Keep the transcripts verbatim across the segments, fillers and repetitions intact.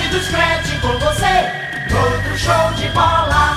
do Scratch com você, outro show de bola.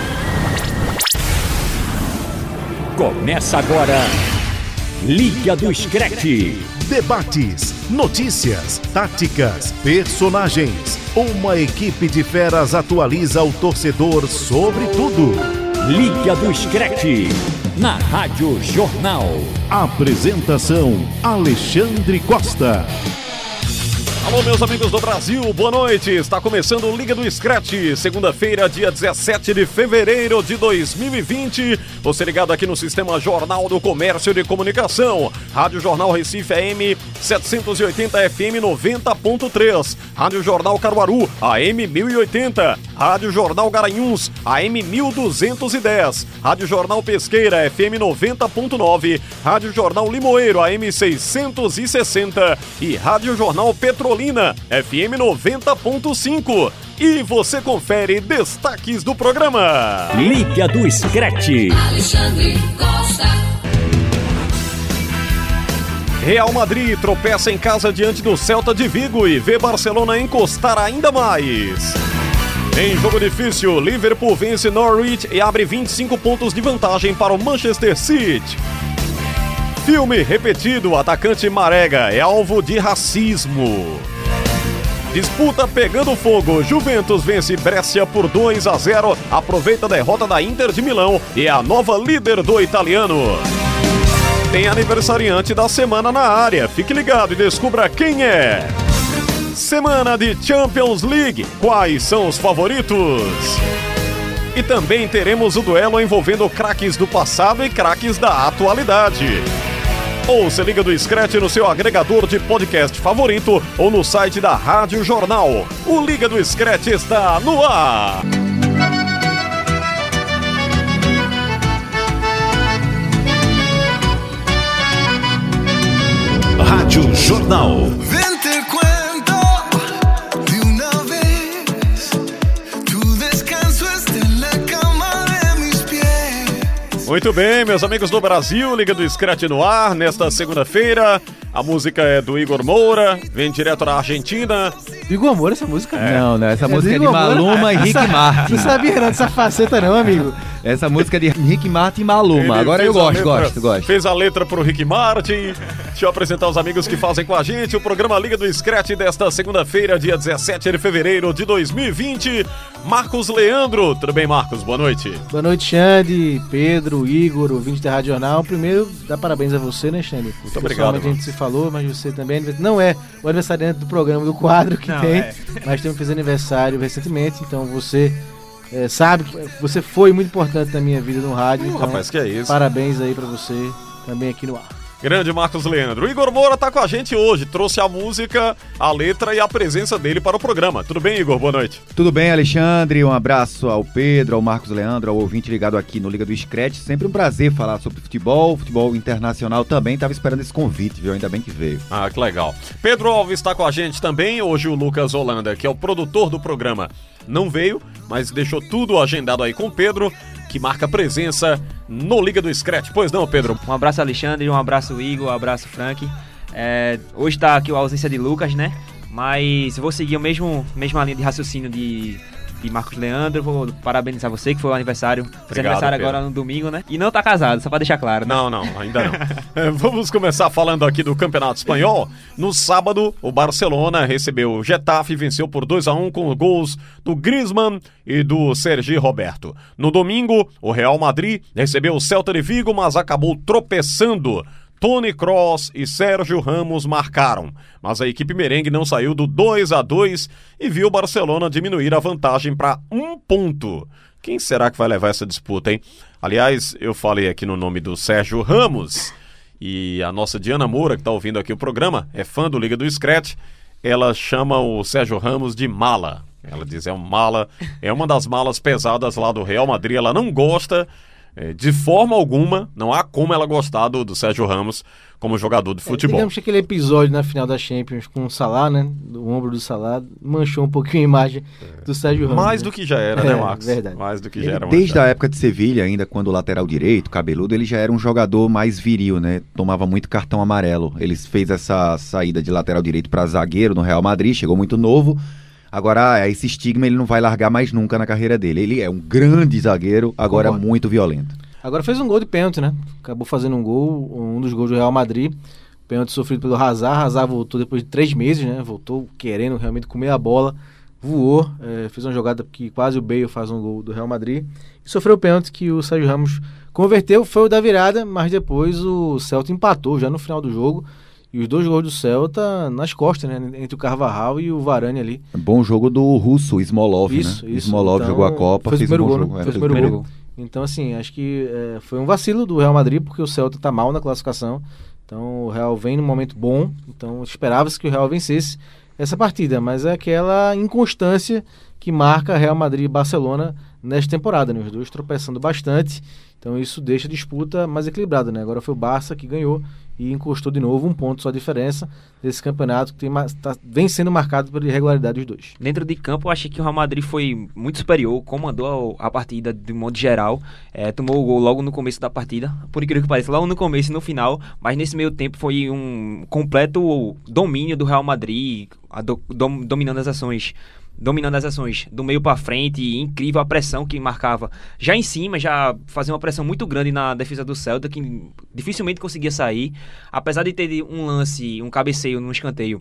Começa agora, Liga do Scratch. Debates, notícias, táticas, personagens. Uma equipe de feras atualiza o torcedor sobre tudo. Liga do Scratch, na Rádio Jornal. Apresentação, Alexandre Costa. Alô, meus amigos do Brasil, boa noite. Está começando o Liga do Scratch, segunda-feira, dia dezessete de fevereiro de dois mil e vinte. Você ligado aqui no Sistema Jornal do Comércio de Comunicação. Rádio Jornal Recife A M setecentos e oitenta, F M noventa ponto três. Rádio Jornal Caruaru, A M mil e oitenta. Rádio Jornal Garanhuns, A M mil duzentos e dez. Rádio Jornal Pesqueira, F M noventa ponto nove. Rádio Jornal Limoeiro, A M seiscentos e sessenta. E Rádio Jornal Petrolina, F M noventa ponto cinco. E você confere destaques do programa. Liga do Scratch. Alexandre Costa. Real Madrid tropeça em casa diante do Celta de Vigo e vê Barcelona encostar ainda mais. Em jogo difícil, Liverpool vence Norwich e abre vinte e cinco pontos de vantagem para o Manchester City. Filme repetido, o atacante Marega é alvo de racismo. Disputa pegando fogo, Juventus vence Brescia por dois a zero, aproveita a derrota da Inter de Milão e é a nova líder do italiano. Tem aniversariante da semana na área, fique ligado e descubra quem é. Semana de Champions League, quais são os favoritos? E também teremos o duelo envolvendo craques do passado e craques da atualidade. Ouça Liga do Scratch no seu agregador de podcast favorito ou no site da Rádio Jornal. O Liga do Scratch está no ar! Rádio Jornal. Muito bem, meus amigos do Brasil, Liga do Scratch no ar, nesta segunda-feira. A música é do Igor Moura, vem direto da Argentina. Igor Moura, essa música? É. Não, não, essa é música é de Maluma Maluma e Rick Martin. Não sabia não dessa faceta não, amigo. Essa música é de Rick Martin e Maluma. Ele Agora eu gosto, letra, gosto, gosto. Fez a letra pro Rick Martin. Deixa eu apresentar os amigos que fazem com a gente o programa Liga do Scratch desta segunda-feira, dia dezessete de fevereiro de dois mil e vinte. Marcos Leandro, tudo bem, Marcos? Boa noite. Boa noite, Xande, Pedro, Igor, ouvinte da Rádio Jornal. Primeiro, dá parabéns a você, né, Xande? Muito obrigado, a gente se falou, mas você também não é o aniversariante do programa, do quadro que não, tem, é. mas também fez aniversário recentemente, então você é, sabe que você foi muito importante na minha vida no rádio. Uh, então, rapaz, que é isso. Parabéns aí pra você também aqui no ar. Grande Marcos Leandro. O Igor Moura tá com a gente hoje, trouxe a música, a letra e a presença dele para o programa. Tudo bem, Igor? Boa noite. Tudo bem, Alexandre? Um abraço ao Pedro, ao Marcos Leandro, ao ouvinte ligado aqui no Liga do Scratch. Sempre um prazer falar sobre futebol, futebol internacional também. Tava esperando esse convite, viu? Ainda bem que veio. Ah, que legal. Pedro Alves está com a gente também. Hoje o Lucas Holanda, que é o produtor do programa, não veio, mas deixou tudo agendado aí com o Pedro, que marca presença no Liga do Scratch. Pois não, Pedro? Um abraço, Alexandre, um abraço, Igor, um abraço, Frank. É, hoje tá aqui a ausência de Lucas, né? Mas eu vou seguir a mesmo, mesma linha de raciocínio de, de Marcos Leandro. Vou parabenizar você, que foi o aniversário. Fez Obrigado, aniversário Pedro. agora no domingo, né? E não tá casado, só pra deixar claro, né? Não, não, ainda não. É, vamos começar falando aqui do Campeonato Espanhol. No sábado, o Barcelona recebeu o Getafe e venceu por dois a um com gols do Griezmann e do Sergi Roberto. No domingo, o Real Madrid recebeu o Celta de Vigo, mas acabou tropeçando. Toni Kroos e Sérgio Ramos marcaram, mas a equipe merengue não saiu do dois a dois e viu o Barcelona diminuir a vantagem para um ponto. Quem será que vai levar essa disputa, hein? Aliás, eu falei aqui no nome do Sérgio Ramos e a nossa Diana Moura, que está ouvindo aqui o programa, é fã do Liga do Scratch. Ela chama o Sérgio Ramos de mala. Ela diz, é um mala, é uma das malas pesadas lá do Real Madrid. Ela não gosta é, de forma alguma, não há como ela gostar do, do Sérgio Ramos como jogador de futebol. É, digamos que aquele episódio na final da Champions com o Salah, né, do ombro do Salah, manchou um pouquinho a imagem do Sérgio Ramos. Mais né? do que já era, é, né, Marcos? Verdade. Mais do que Ele, já era. desde manchado. a época de Sevilha, ainda quando o lateral direito, cabeludo, ele já era um jogador mais viril, né? Tomava muito cartão amarelo. Ele fez essa saída de lateral direito para zagueiro no Real Madrid, chegou muito novo. Agora, esse estigma ele não vai largar mais nunca na carreira dele. Ele é um grande zagueiro, agora Concordo. muito violento. Agora fez um gol de pênalti, né? Acabou fazendo um gol, um dos gols do Real Madrid. Pênalti sofrido pelo Hazard. Hazard voltou depois de três meses, né? Voltou querendo realmente comer a bola. Voou, é, fez uma jogada que quase o Bale faz um gol do Real Madrid. E sofreu o pênalti que o Sérgio Ramos converteu. Foi o da virada, mas depois o Celta empatou já no final do jogo. E os dois gols do Celta nas costas, né? Entre o Carvajal e o Varane ali. Bom jogo do russo, Smolov, Isso, né? isso. Smolov Então, jogou a Copa, fez o fez um primeiro bom gol, jogo. né? é, Fez o fez primeiro gol. gol. Então, assim, acho que é, foi um vacilo do Real Madrid, porque o Celta tá mal na classificação. Então, o Real vem num momento bom. Então, esperava-se que o Real vencesse essa partida. Mas é aquela inconstância que marca Real Madrid e Barcelona nesta temporada, né? Os dois tropeçando bastante. Então, isso deixa a disputa mais equilibrada, né? Agora foi o Barça que ganhou e encostou de novo um ponto só a diferença desse campeonato que tem, tá, vem sendo marcado por irregularidade dos dois. Dentro de campo, eu achei que o Real Madrid foi muito superior, comandou a partida de modo geral, é, tomou o gol logo no começo da partida, por incrível que pareça, logo no começo e no final, mas nesse meio tempo foi um completo domínio do Real Madrid, a do, dom, dominando as ações. dominando as ações do meio para frente, incrível a pressão que marcava já em cima, já fazia uma pressão muito grande na defesa do Celta, que dificilmente conseguia sair, apesar de ter um lance, um cabeceio no escanteio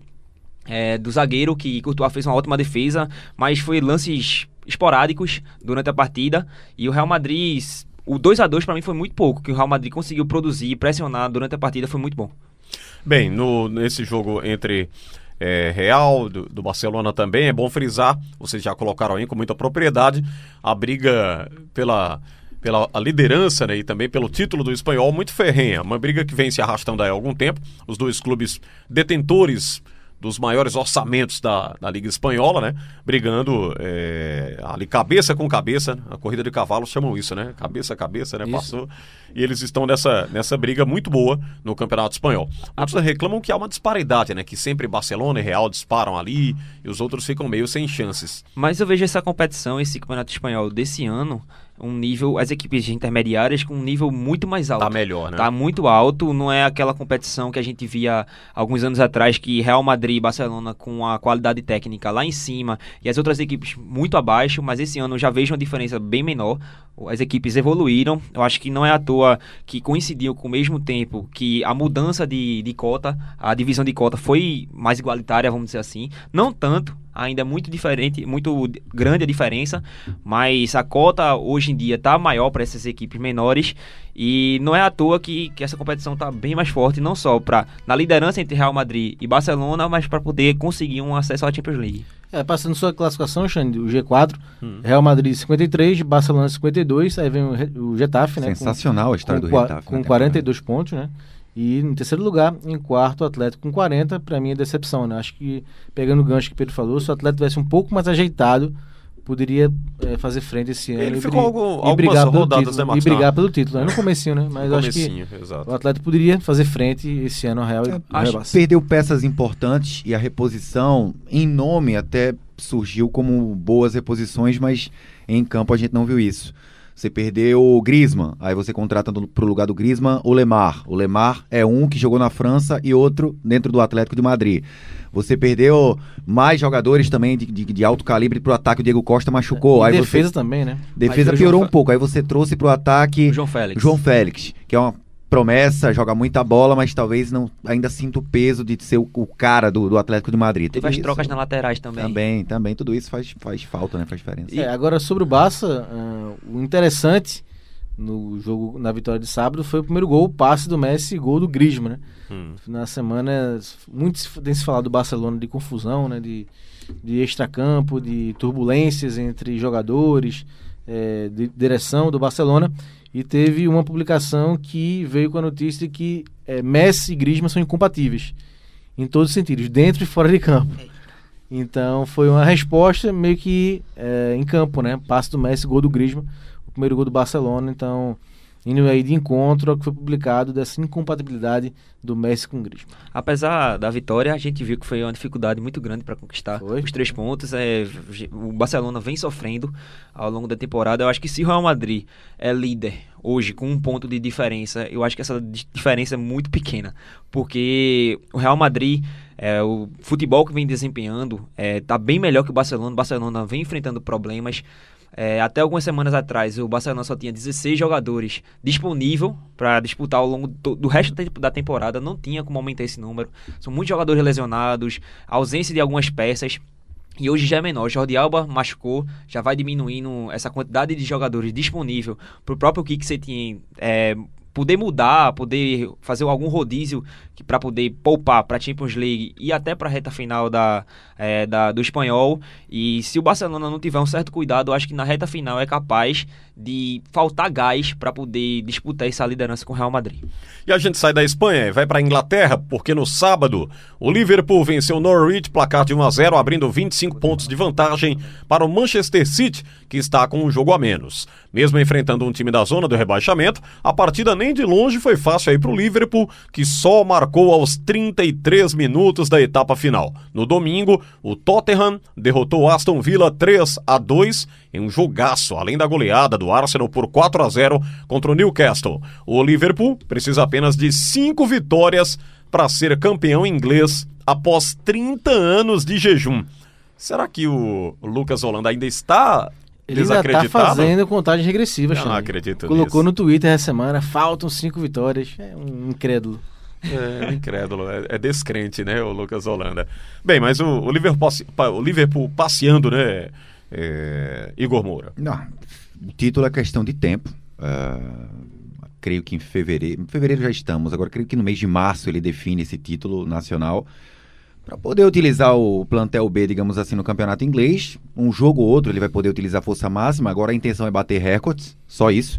é, do zagueiro, que Courtois fez uma ótima defesa, mas foi lances esporádicos durante a partida, e o Real Madrid, o dois a dois para mim foi muito pouco, que o Real Madrid conseguiu produzir e pressionar durante a partida, foi muito bom. Bem, no, nesse jogo entre É, Real, do, do Barcelona também, é bom frisar, vocês já colocaram aí com muita propriedade, a briga pela, pela a liderança, né, e também pelo título do espanhol muito ferrenha, uma briga que vem se arrastando aí há algum tempo, os dois clubes detentores dos maiores orçamentos da, da Liga Espanhola, né, brigando é, ali cabeça com cabeça, a corrida de cavalos chamam isso, né, cabeça a cabeça, né, isso. passou, e eles estão nessa, nessa briga muito boa no Campeonato Espanhol. Muitos reclamam que há uma disparidade, né, que sempre Barcelona e Real disparam ali, e os outros ficam meio sem chances. Mas eu vejo essa competição, esse Campeonato Espanhol desse ano, um nível, as equipes intermediárias com um nível muito mais alto. Tá melhor, né? Tá muito alto, não é aquela competição que a gente via alguns anos atrás, que Real Madrid e Barcelona com a qualidade técnica lá em cima e as outras equipes muito abaixo, mas esse ano eu já vejo uma diferença bem menor. As equipes evoluíram, eu acho que não é à toa que coincidiu com o mesmo tempo que a mudança de, de cota, a divisão de cota foi mais igualitária, vamos dizer assim, não tanto, ainda é muito diferente, muito grande a diferença, mas a cota hoje em dia está maior para essas equipes menores e não é à toa que, que essa competição está bem mais forte, não só pra, na liderança entre Real Madrid e Barcelona, mas para poder conseguir um acesso à Champions League. É, passando sua classificação, Xande, o G quatro, hum. Real Madrid cinquenta e três, Barcelona cinquenta e dois, aí vem o, o Getafe, né? Sensacional com, a história com, do Getafe. Com quarenta e dois pontos, né? E em terceiro lugar, em quarto, o Atlético com quarenta, para mim é decepção, né? Acho que, pegando o gancho que o Pedro falou, se o Atlético tivesse um pouco mais ajeitado, poderia é, fazer frente esse ano. Ele e ficou bri- algum, e brigar algumas rodadas, título, né, e brigar pelo título, né? No comecinho, né? Mas no acho que exato. o Atlético poderia fazer frente esse ano ao Real. É, e acho que perdeu peças importantes e a reposição em nome até surgiu como boas reposições, mas em campo a gente não viu isso. Você perdeu o Griezmann, aí você contrata para o lugar do Griezmann o Lemar. O Lemar é um que jogou na França e outro dentro do Atlético de Madrid. Você perdeu mais jogadores também de, de, de alto calibre para o ataque, o Diego Costa machucou. E aí defesa você... também, né? Defesa piorou um pouco, aí você trouxe para o ataque o João Félix. João Félix, que é uma promessa, joga muita bola, mas talvez não ainda sinta o peso de ser o, o cara do, do Atlético de Madrid. Teve as trocas nas laterais também. Também, também, tudo isso faz, faz falta, né? Faz diferença. É, agora sobre o Barça, uh, o interessante no jogo, na vitória de sábado, foi o primeiro gol, o passe do Messi e gol do Griezmann, né? Hum. Na semana, muito tem se falado do Barcelona de confusão, né? De, de extracampo, de turbulências entre jogadores, é, de direção do Barcelona. E teve uma publicação que veio com a notícia de que é, Messi e Griezmann são incompatíveis, em todos os sentidos, dentro e fora de campo. Então foi uma resposta meio que é, em campo, né? Passe do Messi, gol do Griezmann, o primeiro gol do Barcelona. Então, indo aí de encontro ao que foi publicado dessa incompatibilidade do Messi com o Griezmann. Apesar da vitória, a gente viu que foi uma dificuldade muito grande para conquistar foi. os três pontos. É, o Barcelona vem sofrendo ao longo da temporada. Eu acho que se o Real Madrid é líder hoje com um ponto de diferença, eu acho que essa diferença é muito pequena, porque o Real Madrid É, o futebol que vem desempenhando está bem melhor que o Barcelona. O Barcelona vem enfrentando problemas. É, até algumas semanas atrás, o Barcelona só tinha dezesseis jogadores disponíveis para disputar ao longo do, do resto da temporada. Não tinha como aumentar esse número. São muitos jogadores lesionados, ausência de algumas peças. E hoje já é menor. Jordi Alba machucou, já vai diminuindo essa quantidade de jogadores disponível para o próprio Quique Setién é, poder mudar, poder fazer algum rodízio para poder poupar para a Champions League e até para a reta final da, é, da, do Espanhol. E se o Barcelona não tiver um certo cuidado, eu acho que na reta final é capaz de faltar gás para poder disputar essa liderança com o Real Madrid. E a gente sai da Espanha e vai para a Inglaterra, porque no sábado o Liverpool venceu o Norwich, placar de um a zero, abrindo vinte e cinco pontos de vantagem para o Manchester City, que está com um jogo a menos. Mesmo enfrentando um time da zona do rebaixamento, a partida nem de longe foi fácil aí para o Liverpool, que só marcou aos trinta e três minutos da etapa final. No domingo, o Tottenham derrotou o Aston Villa três a dois em um jogaço, além da goleada do Arsenal por quatro a zero contra o Newcastle. O Liverpool precisa apenas de cinco vitórias para ser campeão inglês após trinta anos de jejum. Será que o Lucas Holanda ainda está Ele ainda está fazendo contagem regressiva, Eu não acredito Colocou nisso. no Twitter essa semana, faltam cinco vitórias. É um incrédulo. É, incrédulo, é, é descrente, né, o Lucas Holanda. Bem, mas o, o, Liverpool, o Liverpool passeando, né, é, Igor Moura? Não, o título é questão de tempo. Uh, creio que em fevereiro, em fevereiro já estamos, agora creio que no mês de março ele define esse título nacional para poder utilizar o plantel B, digamos assim, no campeonato inglês. Um jogo ou outro ele vai poder utilizar a força máxima, agora a intenção é bater recordes, só isso.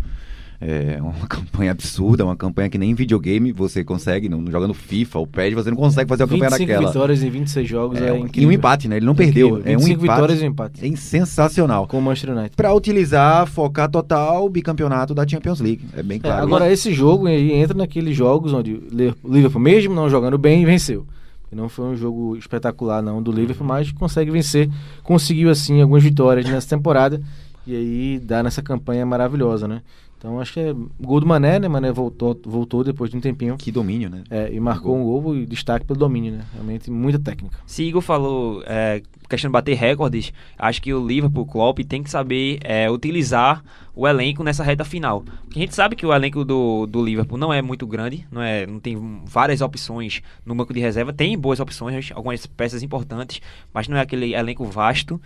É uma campanha absurda, uma campanha que nem em videogame você consegue, não, jogando FIFA ou P E S, você não consegue fazer uma campanha daquela. vinte e cinco vitórias em vinte e seis jogos é, é incrível. E um empate, né? Ele não perdeu. É um empate. vitórias e um empate. É sensacional. Com o Manchester United. Para utilizar, focar total o bicampeonato da Champions League. É bem claro. É, agora, esse jogo aí entra naqueles jogos onde o Liverpool, mesmo não jogando bem, venceu. Não foi um jogo espetacular não do Liverpool, mas consegue vencer. Conseguiu, assim, algumas vitórias nessa temporada. E aí dá nessa campanha maravilhosa, né? Então acho que é gol do Mané, né? Mané voltou, voltou depois de um tempinho. Que domínio, né? É, e marcou um gol e destaque pelo domínio, né? Realmente muita técnica. Se Igor falou é, questão de bater recordes, acho que o Liverpool, o Klopp, tem que saber é, utilizar o elenco nessa reta final. Porque a gente sabe que o elenco do, do Liverpool não é muito grande, não, é, não tem várias opções no banco de reserva, tem boas opções, algumas peças importantes, mas não é aquele elenco vasto.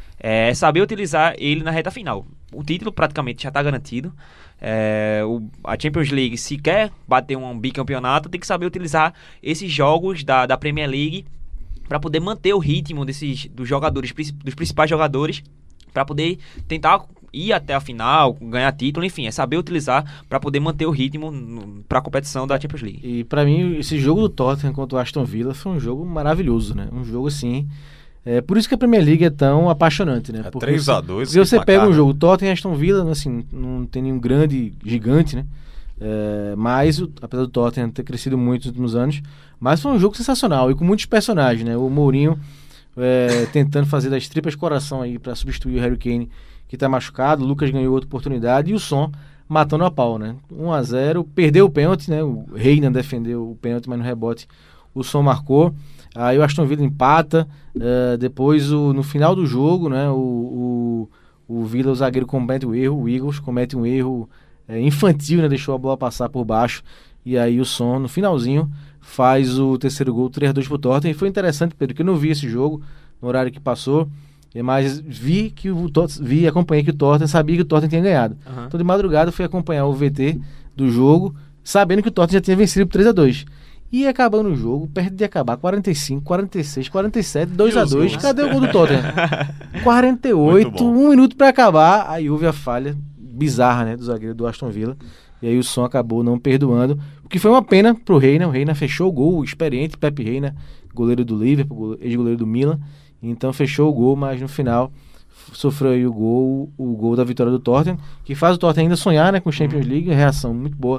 É saber utilizar ele na reta final. O título praticamente já está garantido. É, o, a Champions League, se quer bater um bicampeonato, tem que saber utilizar esses jogos da, da Premier League para poder manter o ritmo desses, dos jogadores, dos principais jogadores, para poder tentar ir até a final, ganhar título, enfim, é saber utilizar para poder manter o ritmo para a competição da Champions League. E para mim, esse jogo do Tottenham contra o Aston Villa foi um jogo maravilhoso, né? Um jogo assim... É por isso que a Premier League é tão apaixonante, né? É porque três a dois. Porque você pega um jogo, Tottenham e Aston Villa, assim, não tem nenhum grande gigante, né? É, mas, o, apesar do Tottenham ter crescido muito nos últimos anos, mas foi um jogo sensacional e com muitos personagens, né? O Mourinho é, tentando fazer das tripas coração aí para substituir o Harry Kane, que tá machucado, o Lucas ganhou outra oportunidade e o Son matando a pau, né? um a zero, perdeu o pênalti, né? O Reina defendeu o pênalti, mas no rebote o Son marcou. Aí o Aston Villa empata, uh, depois o, no final do jogo, né, o, o, o Villa, o zagueiro, comete um erro, o Eagles comete um erro é, infantil, né, deixou a bola passar por baixo, e aí o Son, no finalzinho, faz o terceiro gol, três a dois pro Tottenham, e foi interessante, Pedro, que eu não vi esse jogo no horário que passou, mas vi que o Tottenham, vi, acompanhei que o Tottenham, sabia que o Tottenham tinha ganhado. Uhum. Então de madrugada eu fui acompanhar o V T do jogo, sabendo que o Tottenham já tinha vencido por três a dois. E acabando o jogo, perto de acabar, quarenta e cinco, quarenta e seis, quarenta e sete, dois a dois. Cadê o gol do Tottenham? quarenta e oito, um minuto para acabar. Aí houve a falha bizarra, né, do zagueiro do Aston Villa. E aí o Son acabou não perdoando. O que foi uma pena pro Reina. O Reina fechou o gol, o experiente Pepe Reina, goleiro do Liverpool, ex-goleiro do Milan. Então fechou o gol, mas no final sofreu aí o gol, o gol da vitória do Tottenham, que faz o Tottenham ainda sonhar, né, com o Champions League. Reação muito boa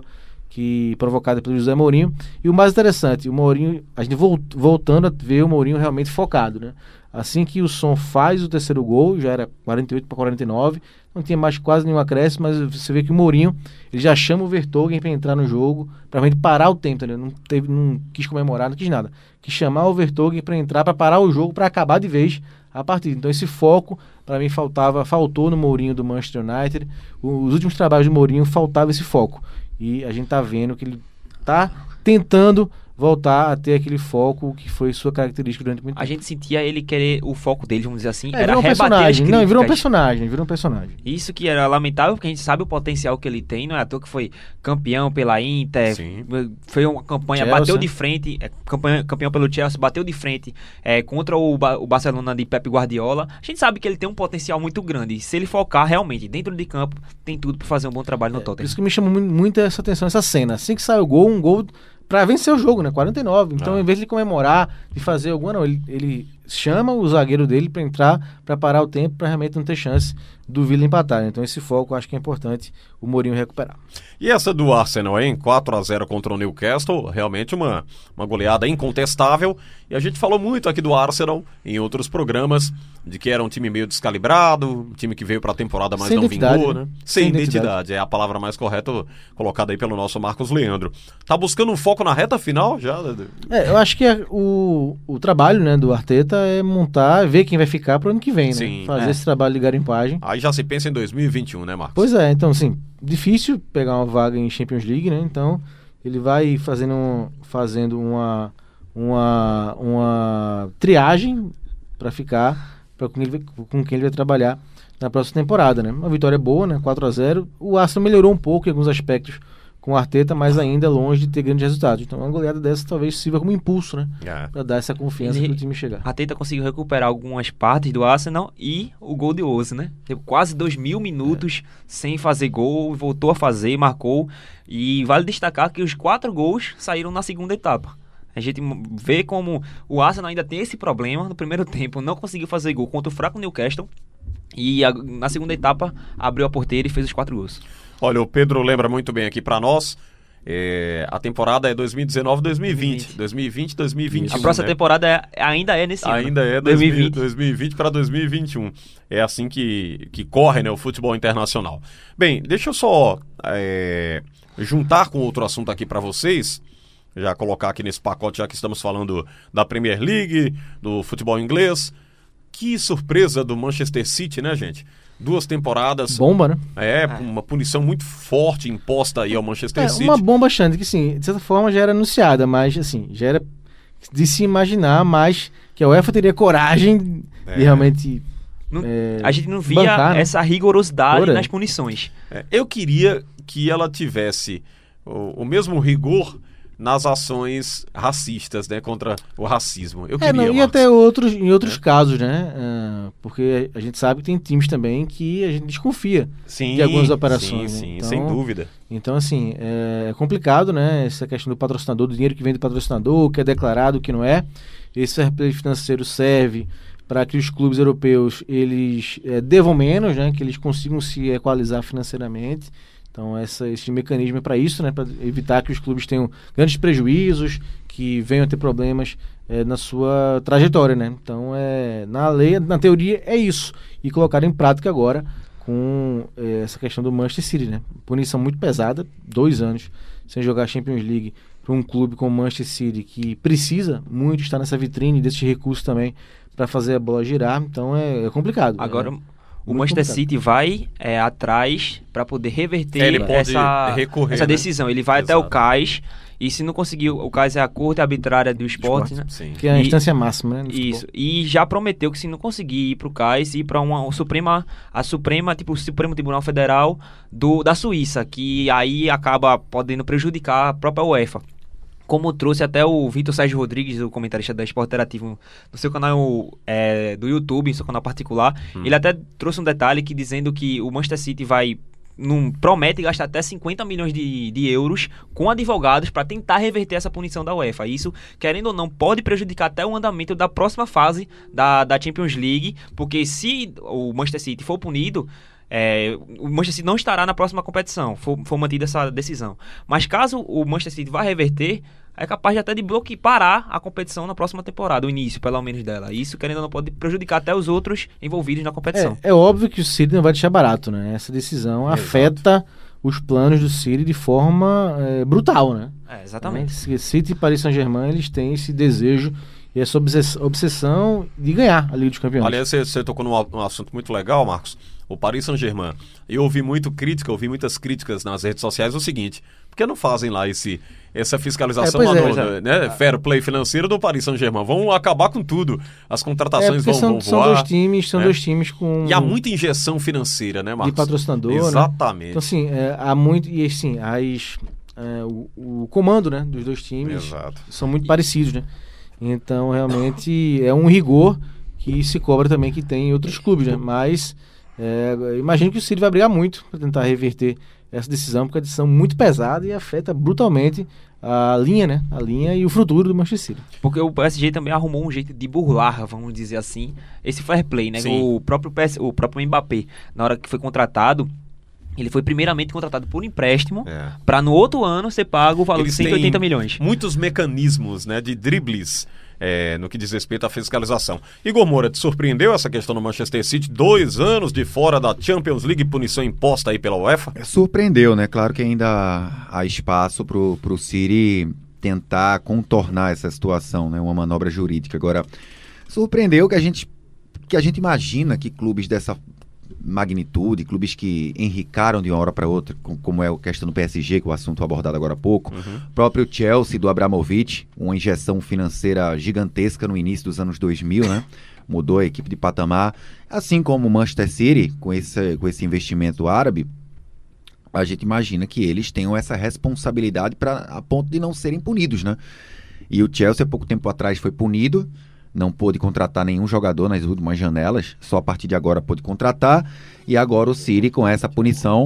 que provocada pelo José Mourinho. E o mais interessante, o Mourinho, a gente volt, voltando a ver o Mourinho realmente focado, né? Assim que o Son faz o terceiro gol, já era quarenta e oito para quarenta e nove, não tinha mais quase nenhum acréscimo, mas você vê que o Mourinho, ele já chama o Vertonghen para entrar no jogo, para realmente parar o tempo, né? Não teve, não quis comemorar, não quis nada. Quis chamar o Vertonghen para entrar, para parar o jogo, para acabar de vez a partida. Então esse foco, para mim, faltava, faltou no Mourinho do Manchester United. Os últimos trabalhos do Mourinho faltava esse foco. E a gente tá vendo que ele tá tentando voltar a ter aquele foco que foi sua característica durante muito tempo. A gente sentia ele querer, o foco dele, vamos dizer assim, é, era virou um rebater personagem. as críticas. Não, virou um personagem, virou um personagem. Isso que era lamentável, porque a gente sabe o potencial que ele tem, não é à toa que foi campeão pela Inter, Sim. foi uma campanha, Chelsea. bateu de frente, é, campanha, campeão pelo Chelsea, bateu de frente é, contra o, ba- o Barcelona de Pep Guardiola. A gente sabe que ele tem um potencial muito grande, se ele focar realmente dentro de campo, tem tudo para fazer um bom trabalho no Por Tottenham. isso que me chamou mu- muito essa atenção, essa cena. Assim que sai o gol, um gol pra vencer o jogo, né? quarenta e nove. Então, Ah. em vez de comemorar, de fazer alguma, não, ele, ele chama o zagueiro dele pra entrar, pra parar o tempo, pra realmente não ter chance do Villa empatar. Então, esse foco eu acho que é importante o Mourinho recuperar. E essa do Arsenal, hein? quatro a zero contra o Newcastle, realmente uma, uma goleada incontestável. E a gente falou muito aqui do Arsenal em outros programas, de que era um time meio descalibrado, um time que veio pra temporada, mas Sem não identidade, vingou, né? né? Sem, Sem identidade. identidade. É a palavra mais correta colocada aí pelo nosso Marcos Leandro. Tá buscando um foco na reta final já? É, eu acho que é o, o trabalho, né, do Arteta é montar, ver quem vai ficar pro ano que vem, né? Sim, Fazer é. esse trabalho de garimpagem. Aí já se pensa em dois mil e vinte e um, né, Marcos? Pois é, então assim, difícil pegar uma vaga em Champions League, né? Então ele vai fazendo, fazendo uma, uma, uma triagem para ficar, para com, ele- com quem ele vai trabalhar na próxima temporada, né? Uma vitória boa, né? quatro a zero. O Arsenal melhorou um pouco em alguns aspectos com o Arteta, mas ainda longe de ter grandes resultados. Então uma goleada dessa talvez sirva como impulso, né? É. Para dar essa confiança Ele- para o time chegar. A Teta conseguiu recuperar algumas partes do Arsenal e o gol de Ozil, né? Teve quase dois mil minutos sem fazer gol, voltou a fazer, marcou. E vale destacar que os quatro gols saíram na segunda etapa. A gente vê como o Arsenal ainda tem esse problema. No primeiro tempo não conseguiu fazer gol contra o fraco Newcastle. E a- na segunda etapa abriu a porteira e fez os quatro gols. Olha, o Pedro lembra muito bem aqui pra nós. é, a temporada é dois mil e dezenove, dois mil e vinte. dois mil e vinte, dois mil e vinte e um. A próxima né? temporada é- ainda é nesse ano. Ainda é dois mil e vinte. dois mil e vinte para dois mil e vinte e um. É assim que, que corre, né, o futebol internacional. Bem, deixa eu só é, juntar com outro assunto aqui para vocês. Já colocar aqui nesse pacote, já que estamos falando da Premier League, do futebol inglês. Que surpresa do Manchester City, né, gente? Duas temporadas. Bomba, né? É, uma punição muito forte imposta aí ao Manchester É, City. uma bomba, Xande, que sim, de certa forma já era anunciada, mas assim, já era de se imaginar mais que a UEFA teria coragem É. de realmente Não- é, a gente não via bancar, né? essa rigorosidade Ora. nas punições. É, eu queria que ela tivesse o, o mesmo rigor nas ações racistas, né, contra o racismo. Eu É, queria, não, e Marcos. até outros, em outros casos, né? Ah, porque a gente sabe que tem times também que a gente desconfia sim, de algumas operações. Sim, né? sim, Então- sem dúvida. Então, assim, é complicado, né? Essa questão do patrocinador, do dinheiro que vem do patrocinador, o que é declarado, o que não é. Esse fair play financeiro serve para que os clubes europeus eles é, devam menos, né? Que eles consigam se equalizar financeiramente. Então, essa, esse mecanismo é para isso, né? Para evitar que os clubes tenham grandes prejuízos, que venham a ter problemas é, na sua trajetória, né? Então, é, na lei, na teoria, é isso. E colocar em prática agora com é, essa questão do Manchester City, né? Punição muito pesada, dois anos sem jogar Champions League para um clube como o Manchester City, que precisa muito estar nessa vitrine desses recursos também para fazer a bola girar. Então, é, é complicado. Agora, né? o Muito Manchester complicado. City vai é, atrás para poder reverter É, ele pode essa, recorrer, essa né? decisão. Ele vai até Exato. o C A S e se não conseguir, o C A S é a Corte Arbitrária do Esporte, né? Sim. Que é a E- instância máxima, né? no Isso. futebol. E já prometeu que se não conseguir ir pro C A S, ir para uma o Suprema, a Suprema, tipo o Supremo Tribunal Federal do, da Suíça, que aí acaba podendo prejudicar a própria UEFA. Como trouxe até o Vitor Sérgio Rodrigues, o comentarista da Esporte Interativo, no seu canal é, do YouTube, em seu canal particular, ele até trouxe um detalhe que dizendo que o Manchester City vai num, promete gastar até cinquenta milhões de, de euros com advogados para tentar reverter essa punição da UEFA. Isso, querendo ou não, pode prejudicar até o andamento da próxima fase da, da Champions League, porque se o Manchester City for punido, É, o Manchester City não estará na próxima competição, for, for mantida essa decisão. Mas caso o Manchester City vá reverter, é capaz de até de bloquear, parar a competição na próxima temporada, o início, pelo menos, dela. Isso, querendo ou não, pode prejudicar até os outros envolvidos na competição. É, é óbvio que o City não vai deixar barato, né? Essa decisão é, afeta exato. os planos do City de forma é, brutal, né? É, exatamente. Né? City e Paris Saint-Germain, eles têm esse desejo e essa obsessão de ganhar a Liga dos Campeões. Aliás, você, você tocou num, num assunto muito legal, Marcos. O Paris Saint-Germain. Eu ouvi muito crítica, ouvi muitas críticas nas redes sociais, o seguinte, por que não fazem lá esse, essa fiscalização, é, lá é, no, né, fair play financeiro do Paris Saint-Germain? Vão acabar com tudo. As contratações é, vão, são, vão são voar. Dois times, são né? dois times com... E há muita injeção financeira, né, Marcos? De patrocinador, exatamente. Né? Então, assim, é, há muito... E, assim, as, é, o, o comando, né, dos dois times Exato. são muito parecidos, né? Então, realmente, é um rigor que se cobra também que tem em outros clubes, né? Mas... É, imagino que o City vai brigar muito para tentar reverter essa decisão, porque é uma decisão muito pesada e afeta brutalmente a linha, né? A linha e o futuro do Manchester City. Porque o P S G também arrumou um jeito de burlar, vamos dizer assim, esse fair play, né? Sim. O próprio, P S, o próprio Mbappé, na hora que foi contratado, ele foi primeiramente contratado por empréstimo, é. para no outro ano ser pago o valor Eles de cento e oitenta milhões. Muitos mecanismos, né, de dribles é, no que diz respeito à fiscalização. Igor Moura, te surpreendeu essa questão do Manchester City? Dois anos de fora da Champions League, punição imposta aí pela UEFA? Surpreendeu, né? Claro que ainda há espaço pro, pro City tentar contornar essa situação, né? Uma manobra jurídica. Agora, surpreendeu que a gente, que a gente imagina que clubes dessa magnitude, clubes que enricaram de uma hora para outra, como é a questão do P S G, que o assunto abordado agora há pouco, uhum. próprio Chelsea do Abramovich, uma injeção financeira gigantesca no início dos anos dois mil, né? Mudou a equipe de patamar, assim como o Manchester City, com esse, com esse investimento árabe, a gente imagina que eles tenham essa responsabilidade pra, a ponto de não serem punidos, né? E o Chelsea, há pouco tempo atrás, foi punido, não pôde contratar nenhum jogador nas últimas janelas, só a partir de agora pôde contratar, e agora o City com essa punição,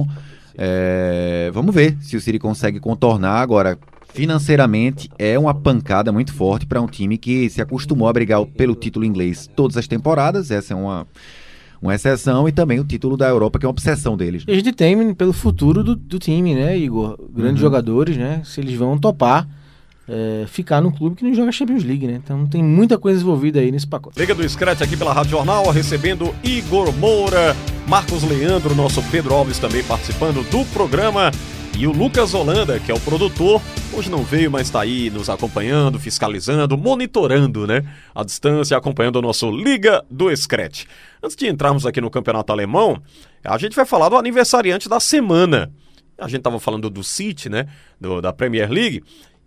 é... vamos ver se o City consegue contornar. Agora, financeiramente é uma pancada muito forte para um time que se acostumou a brigar pelo título inglês todas as temporadas, essa é uma, uma exceção, e também o título da Europa, que é uma obsessão deles. E a gente tem pelo futuro do, do time, né, Igor? Grandes uhum. jogadores, né, se eles vão topar É, ficar num clube que não joga Champions League, né? Então tem muita coisa envolvida aí nesse pacote. Liga do Scratch aqui pela Rádio Jornal, recebendo Igor Moura, Marcos Leandro, nosso Pedro Alves também participando do programa, e o Lucas Holanda, que é o produtor, hoje não veio, mas está aí nos acompanhando, fiscalizando, monitorando, né? A distância, acompanhando o nosso Liga do Scratch. Antes de entrarmos aqui no Campeonato Alemão, a gente vai falar do aniversariante da semana. A gente estava falando do City, né? Do, da Premier League.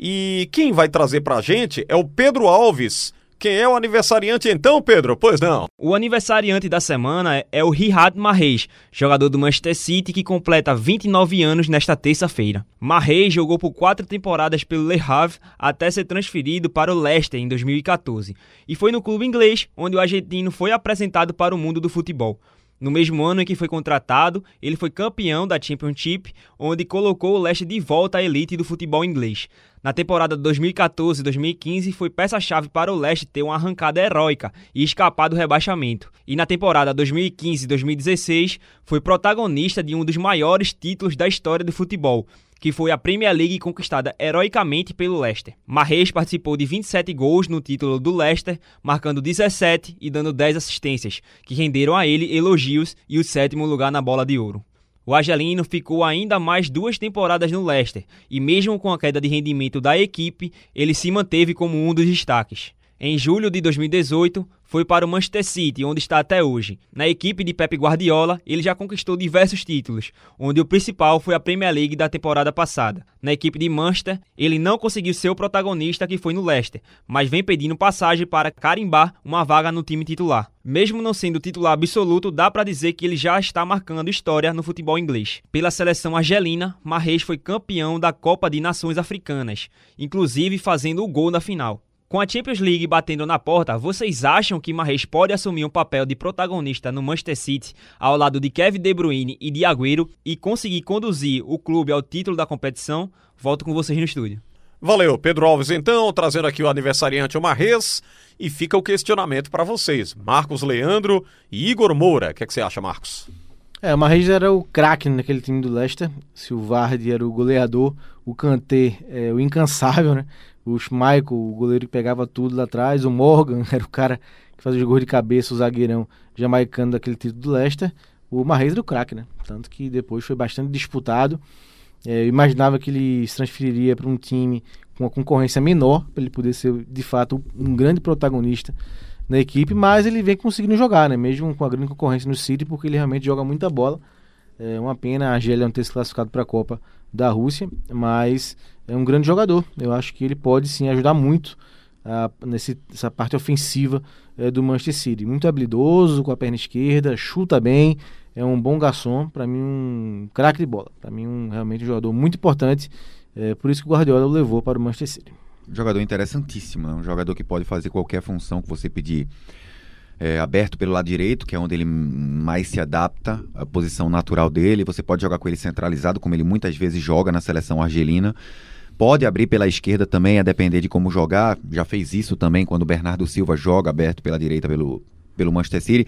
E quem vai trazer pra gente é o Pedro Alves. Quem é o aniversariante então, Pedro? Pois não. O aniversariante da semana é o Riyad Mahrez, jogador do Manchester City que completa vinte e nove anos nesta terça-feira. Mahrez jogou por quatro temporadas pelo Le Havre até ser transferido para o Leicester em dois mil e catorze. E foi no clube inglês onde o argentino foi apresentado para o mundo do futebol. No mesmo ano em que foi contratado, ele foi campeão da Championship, onde colocou o Leicester de volta à elite do futebol inglês. Na temporada de dois mil e catorze e dois mil e quinze, foi peça-chave para o Leicester ter uma arrancada heróica e escapar do rebaixamento. E na temporada dois mil e quinze e dois mil e dezesseis, foi protagonista de um dos maiores títulos da história do futebol, que foi a Premier League conquistada heroicamente pelo Leicester. Mahrez participou de vinte e sete gols no título do Leicester, marcando dezessete e dando dez assistências, que renderam a ele elogios e o sétimo lugar na Bola de Ouro. O argelino ficou ainda mais duas temporadas no Leicester, e mesmo com a queda de rendimento da equipe, ele se manteve como um dos destaques. Em julho de dois mil e dezoito, foi para o Manchester City, onde está até hoje. Na equipe de Pep Guardiola, ele já conquistou diversos títulos, onde o principal foi a Premier League da temporada passada. Na equipe de Manchester, ele não conseguiu ser o protagonista que foi no Leicester, mas vem pedindo passagem para carimbar uma vaga no time titular. Mesmo não sendo titular absoluto, dá para dizer que ele já está marcando história no futebol inglês. Pela seleção argelina, Mahrez foi campeão da Copa de Nações Africanas, inclusive fazendo o gol na final. Com a Champions League batendo na porta, vocês acham que Mahrez pode assumir um papel de protagonista no Manchester City ao lado de Kevin De Bruyne e de Agüero e conseguir conduzir o clube ao título da competição? Volto com vocês no estúdio. Valeu, Pedro Alves então, trazendo aqui o aniversariante o Mahrez, e fica o questionamento para vocês, Marcos Leandro e Igor Moura. O que, é que você acha, Marcos? É, o Mahrez era o craque naquele time do Leicester, se o Vardy era o goleador, o Kanté é o incansável, né? O Schmeichel, o goleiro que pegava tudo lá atrás, o Morgan era o cara que fazia os gols de cabeça, o zagueirão jamaicano daquele título do Leicester. O Mahrez era o craque, né? Tanto que depois foi bastante disputado. É, eu imaginava que ele se transferiria para um time com uma concorrência menor, para ele poder ser, de fato, um grande protagonista na equipe, mas ele vem conseguindo jogar, né? Mesmo com a grande concorrência no City, porque ele realmente joga muita bola. É uma pena a Argélia não ter se classificado para a Copa da Rússia, mas é um grande jogador. Eu acho que ele pode sim ajudar muito a, nesse, nessa parte ofensiva é, do Manchester City. Muito habilidoso, com a perna esquerda, chuta bem, é um bom garçom, para mim um craque de bola, para mim um realmente um jogador muito importante, é, por isso que o Guardiola o levou para o Manchester City. Jogador interessantíssimo, né? Um jogador que pode fazer qualquer função que você pedir. É, aberto pelo lado direito, que é onde ele mais se adapta, a posição natural dele. Você pode jogar com ele centralizado, como ele muitas vezes joga na seleção argelina. Pode abrir pela esquerda também, a depender de como jogar. Já fez isso também quando o Bernardo Silva joga aberto pela direita pelo, pelo Manchester City.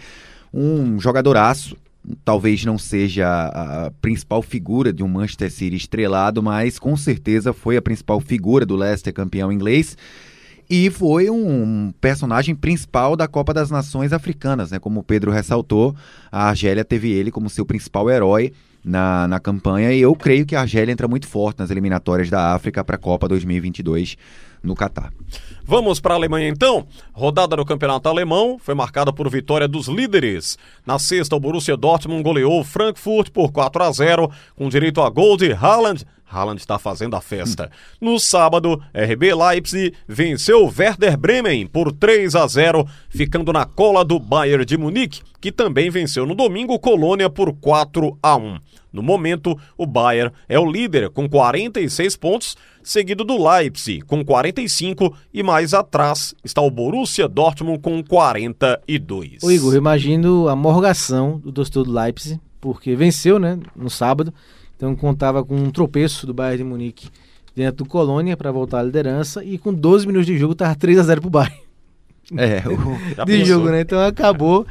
Um jogadoraço. Talvez não seja a principal figura de um Manchester City estrelado, mas com certeza foi a principal figura do Leicester, campeão inglês. E foi um personagem principal da Copa das Nações Africanas, né? Como o Pedro ressaltou, a Argélia teve ele como seu principal herói na, na campanha, e eu creio que a Argélia entra muito forte nas eliminatórias da África para a Copa dois mil e vinte e dois no Catar. Vamos para a Alemanha então? Rodada do campeonato alemão foi marcada por vitória dos líderes. Na sexta, o Borussia Dortmund goleou o Frankfurt por quatro a zero, com direito a gol de Haaland. Haaland está fazendo a festa. No sábado, R B Leipzig venceu o Werder Bremen por três a zero, ficando na cola do Bayern de Munique, que também venceu no domingo Colônia por quatro a um. No momento, o Bayern é o líder com quarenta e seis pontos, seguido do Leipzig com quarenta e cinco, e mais atrás está o Borussia Dortmund com quarenta e dois. Ô Igor, eu imagino a morgação do torcedor do Leipzig, porque venceu, né, no sábado. Então contava com um tropeço do Bayern de Munique dentro do Colônia para voltar à liderança, e com doze minutos de jogo estava três a zero pro Bayern. É, o... de jogo, né? Então acabou.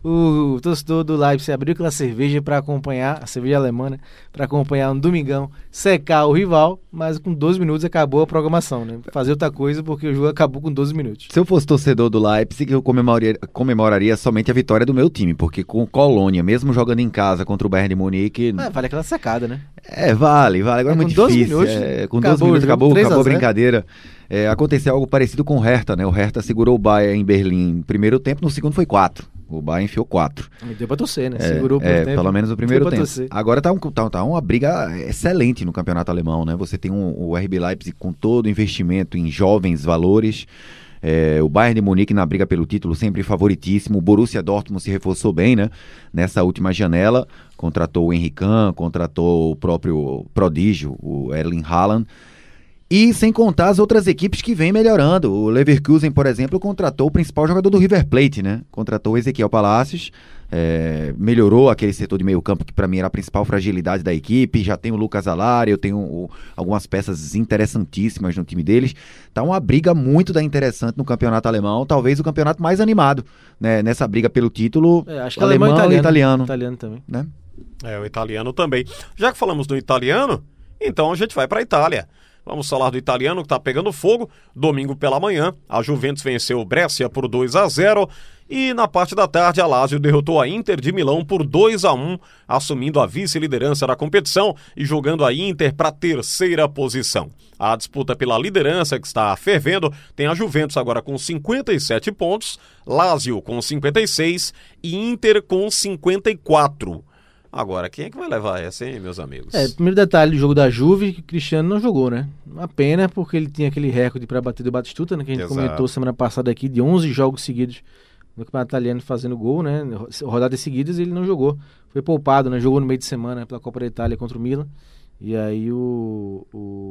O torcedor do Leipzig abriu aquela cerveja para acompanhar, a cerveja alemã, né? Para acompanhar um domingão, secar o rival, mas com doze minutos acabou a programação, né? Fazer outra coisa, porque o jogo acabou com doze minutos. Se eu fosse torcedor do Leipzig, eu comemoraria, comemoraria somente a vitória do meu time, porque com o Colônia, mesmo jogando em casa contra o Bayern de Munique... Ah, vale aquela secada, né? É, vale, vale. Agora é, é muito doze difícil. Minutos, é, com doze minutos acabou, acabou a brincadeira. É, aconteceu algo parecido com o Hertha, né? O Hertha segurou o Bayern em Berlim no primeiro tempo, no segundo foi quatro. O Bayern enfiou quatro. Deu pra torcer, né? É, Segurou por é, tempo. Pelo menos o primeiro tempo. Torcer. Agora tá, um, tá, tá uma briga excelente no campeonato alemão, né? Você tem um, o R B Leipzig com todo o investimento em jovens valores. É, o Bayern de Munique na briga pelo título sempre favoritíssimo. O Borussia Dortmund se reforçou bem, né? Nessa última janela. Contratou o Henry Kahn, contratou o próprio prodígio, o Erling Haaland. E sem contar as outras equipes que vêm melhorando. O Leverkusen, por exemplo, contratou o principal jogador do River Plate, né? Contratou o Ezequiel Palacios, é, melhorou aquele setor de meio campo que para mim era a principal fragilidade da equipe. Já tem o Lucas Alario, eu tenho o, algumas peças interessantíssimas no time deles. Tá uma briga muito da interessante no campeonato alemão, talvez o campeonato mais animado, né? Nessa briga pelo título, é, acho que alemão italiano, e italiano. Italiano também. Né? É, o italiano também. Já que falamos do italiano, então a gente vai para a Itália. Vamos falar do italiano que está pegando fogo. Domingo pela manhã, a Juventus venceu o Brescia por dois a zero. E na parte da tarde, a Lazio derrotou a Inter de Milão por dois a um, assumindo a vice-liderança da competição e jogando a Inter para a terceira posição. A disputa pela liderança, que está fervendo, tem a Juventus agora com cinquenta e sete pontos, Lazio com cinquenta e seis e Inter com cinquenta e quatro. Agora, quem é que vai levar essa, hein, meus amigos? É, primeiro detalhe do jogo da Juve, que o Cristiano não jogou, né? Uma pena, porque ele tinha aquele recorde para bater do Batistuta, né? Que a gente Exato. comentou semana passada aqui, de onze jogos seguidos no campeonato italiano fazendo gol, né? Rodadas seguidas, ele não jogou. Foi poupado, né? Jogou no meio de semana pela Copa da Itália contra o Milan. E aí o,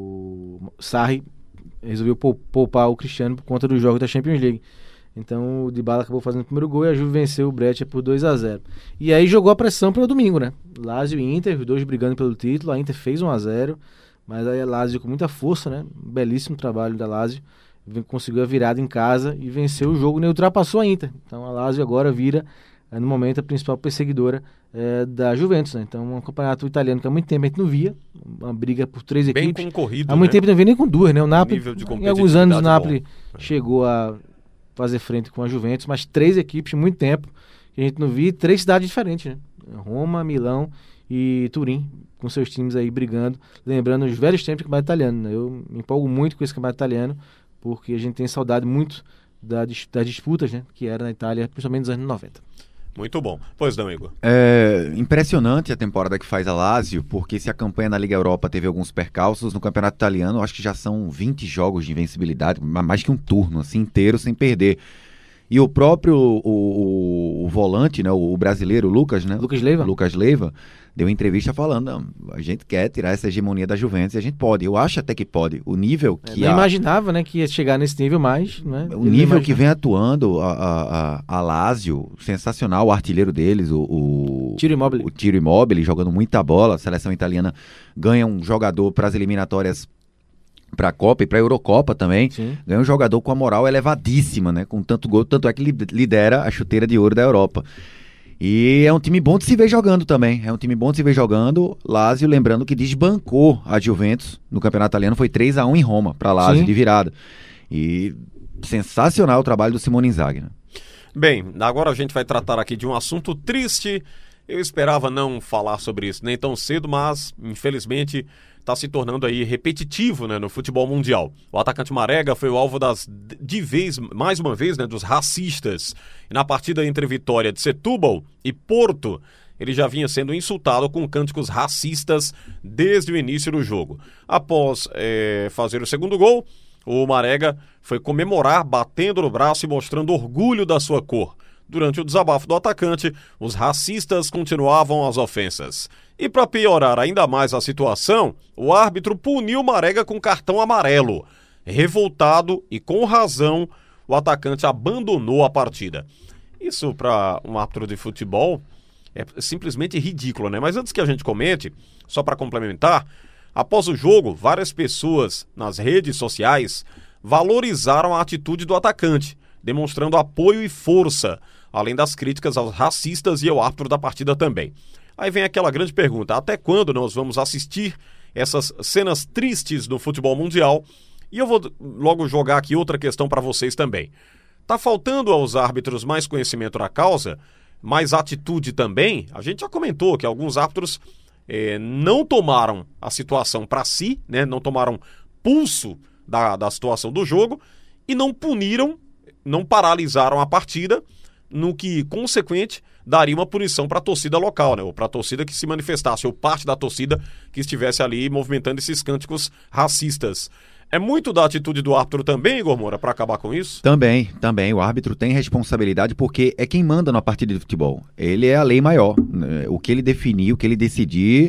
o Sarri resolveu poupar o Cristiano por conta dos jogos da Champions League. Então o Dybala acabou fazendo o primeiro gol e a Juve venceu o Brescia por dois a zero. E aí jogou a pressão para o domingo, né? Lazio e Inter, os dois brigando pelo título. A Inter fez um a zero, mas aí a Lazio com muita força, né? Um belíssimo trabalho da Lazio. Conseguiu a virada em casa e venceu o jogo, né? Ultrapassou a Inter. Então a Lazio agora vira é no momento a principal perseguidora é, da Juventus, né? Então um campeonato italiano que há muito tempo a gente não via, uma briga por três Bem equipes. concorrido, Há muito né? tempo não via nem com duas, né? O Napoli, Nível de em alguns anos o competitividade Napoli bom. chegou a fazer frente com a Juventus, mas três equipes, muito tempo, que a gente não via, três cidades diferentes, né? Roma, Milão e Turim, com seus times aí brigando, lembrando os velhos tempos do campeonato italiano, né? Eu me empolgo muito com esse campeonato italiano, porque a gente tem saudade muito da, das disputas, né? Que era na Itália, principalmente nos anos noventa. Muito bom. Pois não, Igor? É impressionante a temporada que faz a Lazio, porque se a campanha na Liga Europa teve alguns percalços, no campeonato italiano acho que já são vinte jogos de invencibilidade, mais que um turno, assim, inteiro, sem perder. E o próprio o, o, o volante, né, o brasileiro, o Lucas, né? Lucas Leiva. Lucas Leiva, deu entrevista falando, não, a gente quer tirar essa hegemonia da Juventus e a gente pode. Eu acho até que pode. O nível que... Eu a... imaginava, né, que ia chegar nesse nível mais, né? O nível que vem atuando a, a, a, a Lazio, sensacional, o artilheiro deles, o, o Ciro Immobile. o Ciro Immobile, jogando muita bola. A seleção italiana ganha um jogador para as eliminatórias para a Copa e para a Eurocopa também. Sim. Ganha um jogador com a moral elevadíssima, né? Com tanto gol, tanto é que lidera a chuteira de ouro da Europa. E é um time bom de se ver jogando também. É um time bom de se ver jogando. Lazio, lembrando que desbancou a Juventus no campeonato italiano, foi três a um em Roma para Lazio. Sim. De virada. E sensacional o trabalho do Simone Inzaghi, né? Bem, agora a gente vai tratar aqui de um assunto triste. Eu esperava não falar sobre isso nem tão cedo, mas infelizmente está se tornando aí repetitivo, né, no futebol mundial. O atacante Marega foi o alvo das, de vez, mais uma vez, né, dos racistas. E na partida entre Vitória de Setúbal e Porto, ele já vinha sendo insultado com cânticos racistas desde o início do jogo. Após é, fazer o segundo gol, o Marega foi comemorar batendo no braço e mostrando orgulho da sua cor. Durante o desabafo do atacante, os racistas continuavam as ofensas. E para piorar ainda mais a situação, o árbitro puniu o Marega com cartão amarelo. Revoltado e com razão, o atacante abandonou a partida. Isso para um árbitro de futebol é simplesmente ridículo, né? Mas antes que a gente comente, só para complementar, após o jogo, várias pessoas nas redes sociais valorizaram a atitude do atacante, demonstrando apoio e força, além das críticas aos racistas e ao árbitro da partida também. Aí vem aquela grande pergunta, até quando nós vamos assistir essas cenas tristes no futebol mundial? E eu vou logo jogar aqui outra questão para vocês também. Tá faltando aos árbitros mais conhecimento da causa, mais atitude também? A gente já comentou que alguns árbitros eh, não tomaram a situação para si, né? Não tomaram pulso da, da situação do jogo e não puniram, não paralisaram a partida, no que, consequente, daria uma punição para a torcida local, né? Ou para a torcida que se manifestasse, ou parte da torcida que estivesse ali movimentando esses cânticos racistas. É muito da atitude do árbitro também, Igor Moura, para acabar com isso? Também, também. O árbitro tem responsabilidade porque é quem manda na partida de futebol. Ele é a lei maior. Né? O que ele definir, o que ele decidir,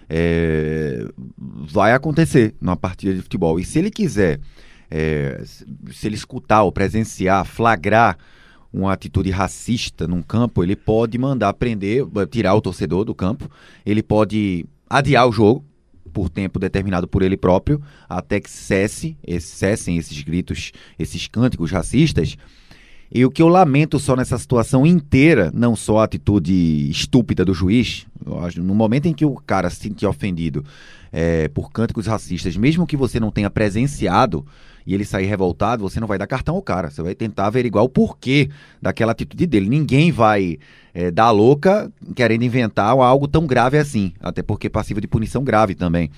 é... vai acontecer numa partida de futebol. E se ele quiser, é... se ele escutar ou presenciar, flagrar uma atitude racista num campo, ele pode mandar prender, tirar o torcedor do campo, ele pode adiar o jogo por tempo determinado por ele próprio, até que cesse, cessem esses gritos, esses cânticos racistas. E o que eu lamento só nessa situação inteira, não só a atitude estúpida do juiz, eu acho, no momento em que o cara se sentir ofendido é, por cânticos racistas, mesmo que você não tenha presenciado e ele sair revoltado, você não vai dar cartão ao cara, você vai tentar averiguar o porquê daquela atitude dele. Ninguém vai é, dar louca querendo inventar algo tão grave assim, até porque é passível de punição grave também.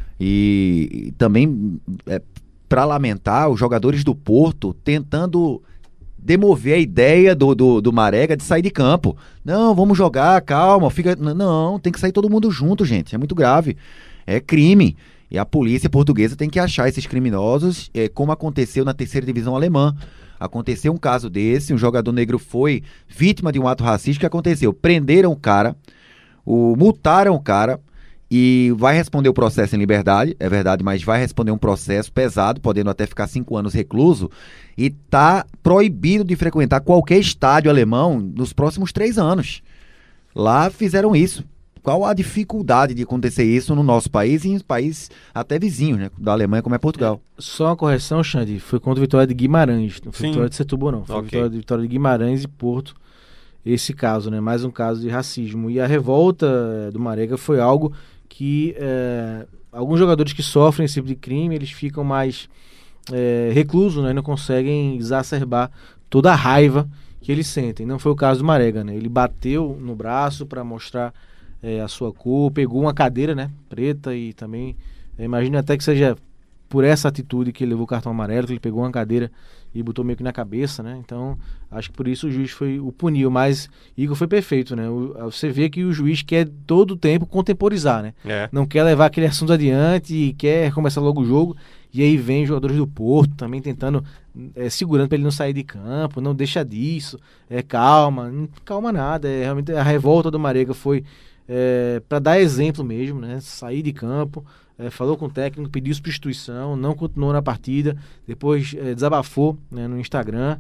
E, e também, é, para lamentar, os jogadores do Porto tentando demover a ideia do, do, do Marega de sair de campo. Não, vamos jogar, calma, fica... Não, tem que sair todo mundo junto, gente, é muito grave, é crime. E a polícia portuguesa tem que achar esses criminosos, é, como aconteceu na terceira divisão alemã. Aconteceu um caso desse, um jogador negro foi vítima de um ato racista. O que aconteceu? Prenderam o cara, o, multaram o cara e vai responder o processo em liberdade, é verdade, mas vai responder um processo pesado, podendo até ficar cinco anos recluso, e está proibido de frequentar qualquer estádio alemão nos próximos três anos. Lá fizeram isso. Qual a dificuldade de acontecer isso no nosso país e em países até vizinhos, né, da Alemanha, como é Portugal? Só uma correção, Xande, foi contra a Vitória de Guimarães, não foi Sim. Vitória de Setúbal, não. Foi okay. Vitória, Vitória de Guimarães e Porto. esse caso, né? Mais um caso de racismo. E a revolta é, do Marega foi algo que é, alguns jogadores que sofrem esse tipo de crime, eles ficam mais é, reclusos, né? Não conseguem exacerbar toda a raiva que eles sentem. Não foi o caso do Marega, né? Ele bateu no braço para mostrar é, a sua cor, pegou uma cadeira, né? Preta e também, é, imagino até que seja por essa atitude que ele levou o cartão amarelo, que ele pegou uma cadeira e botou meio que na cabeça, né? Então, acho que por isso o juiz foi, o puniu, mas Igor foi perfeito, né? O, você vê que o juiz quer todo o tempo contemporizar, né? É. Não quer levar aquele assunto adiante e quer começar logo o jogo, e aí vem jogadores do Porto também tentando, é, segurando para ele não sair de campo, não deixa disso, é, calma, não calma nada, é, realmente a revolta do Marega foi é, para dar exemplo mesmo, né? Sair de campo, É, falou com o técnico, pediu substituição, não continuou na partida, depois é, desabafou, né, no Instagram,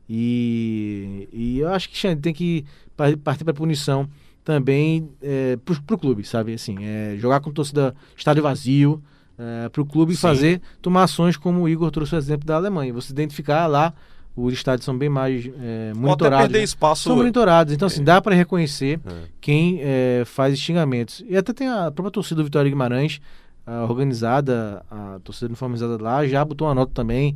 e, e eu acho que Xande tem que partir para punição também é, para o clube, sabe, assim, é, jogar com torcida estádio vazio, é, para o clube Sim. fazer, tomar ações como o Igor trouxe o exemplo da Alemanha, você identificar lá, os estádios são bem mais é, monitorados. Pode até perder né? espaço. São monitorados, então assim, É. dá para reconhecer É. quem é, faz xingamentos, e até tem a própria torcida do Vitória Guimarães, a organizada, a torcida uniformizada lá, já botou uma nota também,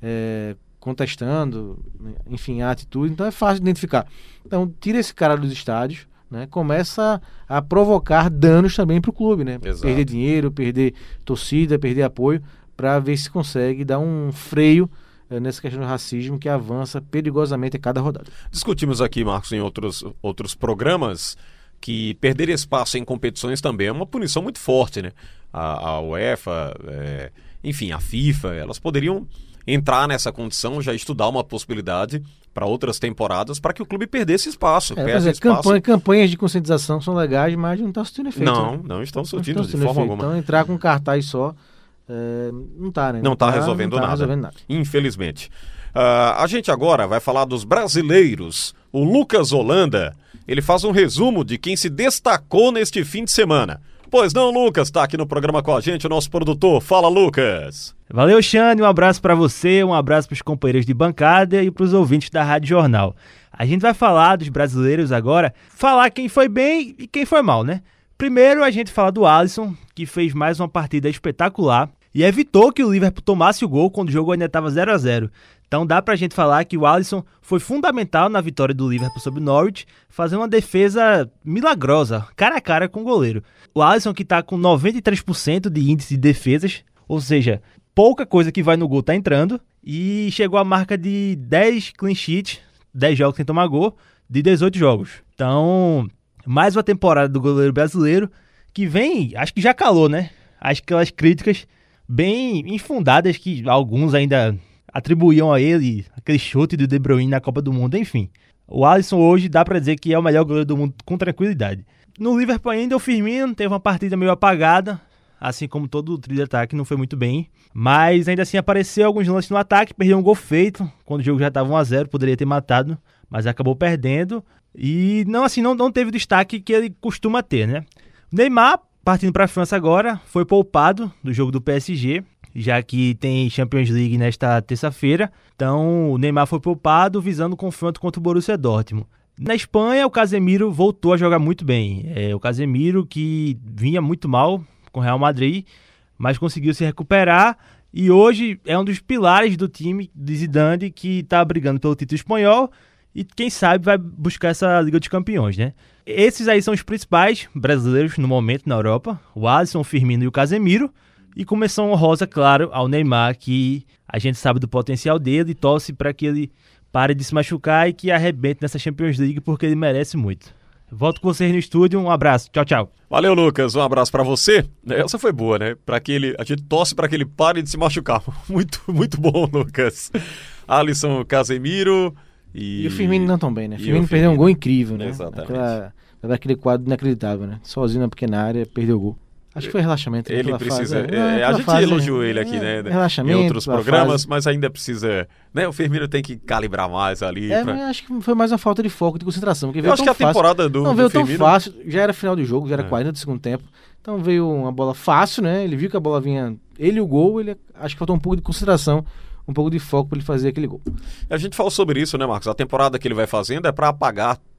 é, contestando, enfim, a atitude, então é fácil de identificar. Então, tira esse cara dos estádios, né, começa a provocar danos também para o clube, né? Exato. Perder dinheiro, perder torcida, perder apoio, para ver se consegue dar um freio é, nessa questão do racismo que avança perigosamente a cada rodada. Discutimos aqui, Marcos, em outros, outros programas, que perder espaço em competições também é uma punição muito forte, né? A, a UEFA, é, enfim, a FIFA, elas poderiam entrar nessa condição, já estudar uma possibilidade para outras temporadas, para que o clube perdesse espaço. É, perde mas é, espaço. campanha, campanhas de conscientização são legais, mas não está surtindo efeito. Não, né? não estão Não surtindo estão de surtindo forma efeito. alguma. Então, entrar com cartaz só, é, não está, né? Não está resolvendo, não tá nada. resolvendo nada. Infelizmente. Uh, a gente agora vai falar dos brasileiros. O Lucas Holanda, ele faz um resumo de quem se destacou neste fim de semana. Pois não, Lucas, está aqui no programa com a gente, o nosso produtor. Fala, Lucas. Valeu, Xande, um abraço para você, um abraço para os companheiros de bancada e para os ouvintes da Rádio Jornal. A gente vai falar dos brasileiros agora, falar quem foi bem e quem foi mal, né? Primeiro a gente fala do Alisson, que fez mais uma partida espetacular e evitou que o Liverpool tomasse o gol quando o jogo ainda estava zero a zero. Então dá pra gente falar que o Alisson foi fundamental na vitória do Liverpool sobre o Norwich, fazendo uma defesa milagrosa, cara a cara com o goleiro. O Alisson que tá com noventa e três por cento de índice de defesas, ou seja, pouca coisa que vai no gol tá entrando, e chegou à marca de dez clean sheets, dez jogos sem tomar gol, de dezoito jogos. Então, mais uma temporada do goleiro brasileiro, que vem, acho que já calou, né? Acho que aquelas críticas bem infundadas que alguns ainda atribuíam a ele, aquele chute do De Bruyne na Copa do Mundo, enfim. O Alisson hoje dá pra dizer que é o melhor goleiro do mundo com tranquilidade. No Liverpool ainda o Firmino teve uma partida meio apagada, assim como todo o trio de ataque não foi muito bem, mas ainda assim apareceu alguns lances no ataque, perdeu um gol feito, quando o jogo já estava um a zero, poderia ter matado, mas acabou perdendo, e não assim não, não teve o destaque que ele costuma ter, né? O Neymar, partindo para a França agora, foi poupado do jogo do P S G, já que tem Champions League nesta terça-feira. Então o Neymar foi poupado visando o confronto contra o Borussia Dortmund. Na Espanha, o Casemiro voltou a jogar muito bem. É, o Casemiro que vinha muito mal com o Real Madrid, mas conseguiu se recuperar e hoje é um dos pilares do time de Zidane, que está brigando pelo título espanhol e quem sabe vai buscar essa Liga dos Campeões, né? Esses aí são os principais brasileiros no momento na Europa, o Alisson, o Firmino e o Casemiro. E começou honrosa, claro, ao Neymar, que a gente sabe do potencial dele e torce para que ele pare de se machucar e que arrebente nessa Champions League, porque ele merece muito. Volto com vocês no estúdio, um abraço, tchau, tchau. Valeu, Lucas, um abraço pra você. Essa foi boa, né? Para que ele, a gente torce para que ele pare de se machucar. Muito, muito bom, Lucas. Alisson, Casemiro e... E o Firmino não tão bem, né? O E Firmino o perdeu um Firmino. gol incrível, né? Exatamente. Aquela, aquele quadro inacreditável, né? Sozinho na pequena área, perdeu o gol. Acho que foi relaxamento. Ele naquela precisa. fase, é, é, a naquela gente fase, elogiou ele aqui, é, né? Relaxamento. Em outros aquela programas, fase. mas ainda precisa. Né? O Firmino tem que calibrar mais ali. É, pra... mas acho que foi mais uma falta de foco, de concentração. Porque Eu veio acho que tão a fácil. temporada do, Não do veio Firmino. tão fácil. Já era final de jogo, já era É. quarenta do segundo tempo. Então veio uma bola fácil, né? Ele viu que a bola vinha. Ele e o gol, ele acho que faltou um pouco de concentração, um pouco de foco para ele fazer aquele gol. A gente falou sobre isso, né, Marcos? A temporada que ele vai fazendo é para apagar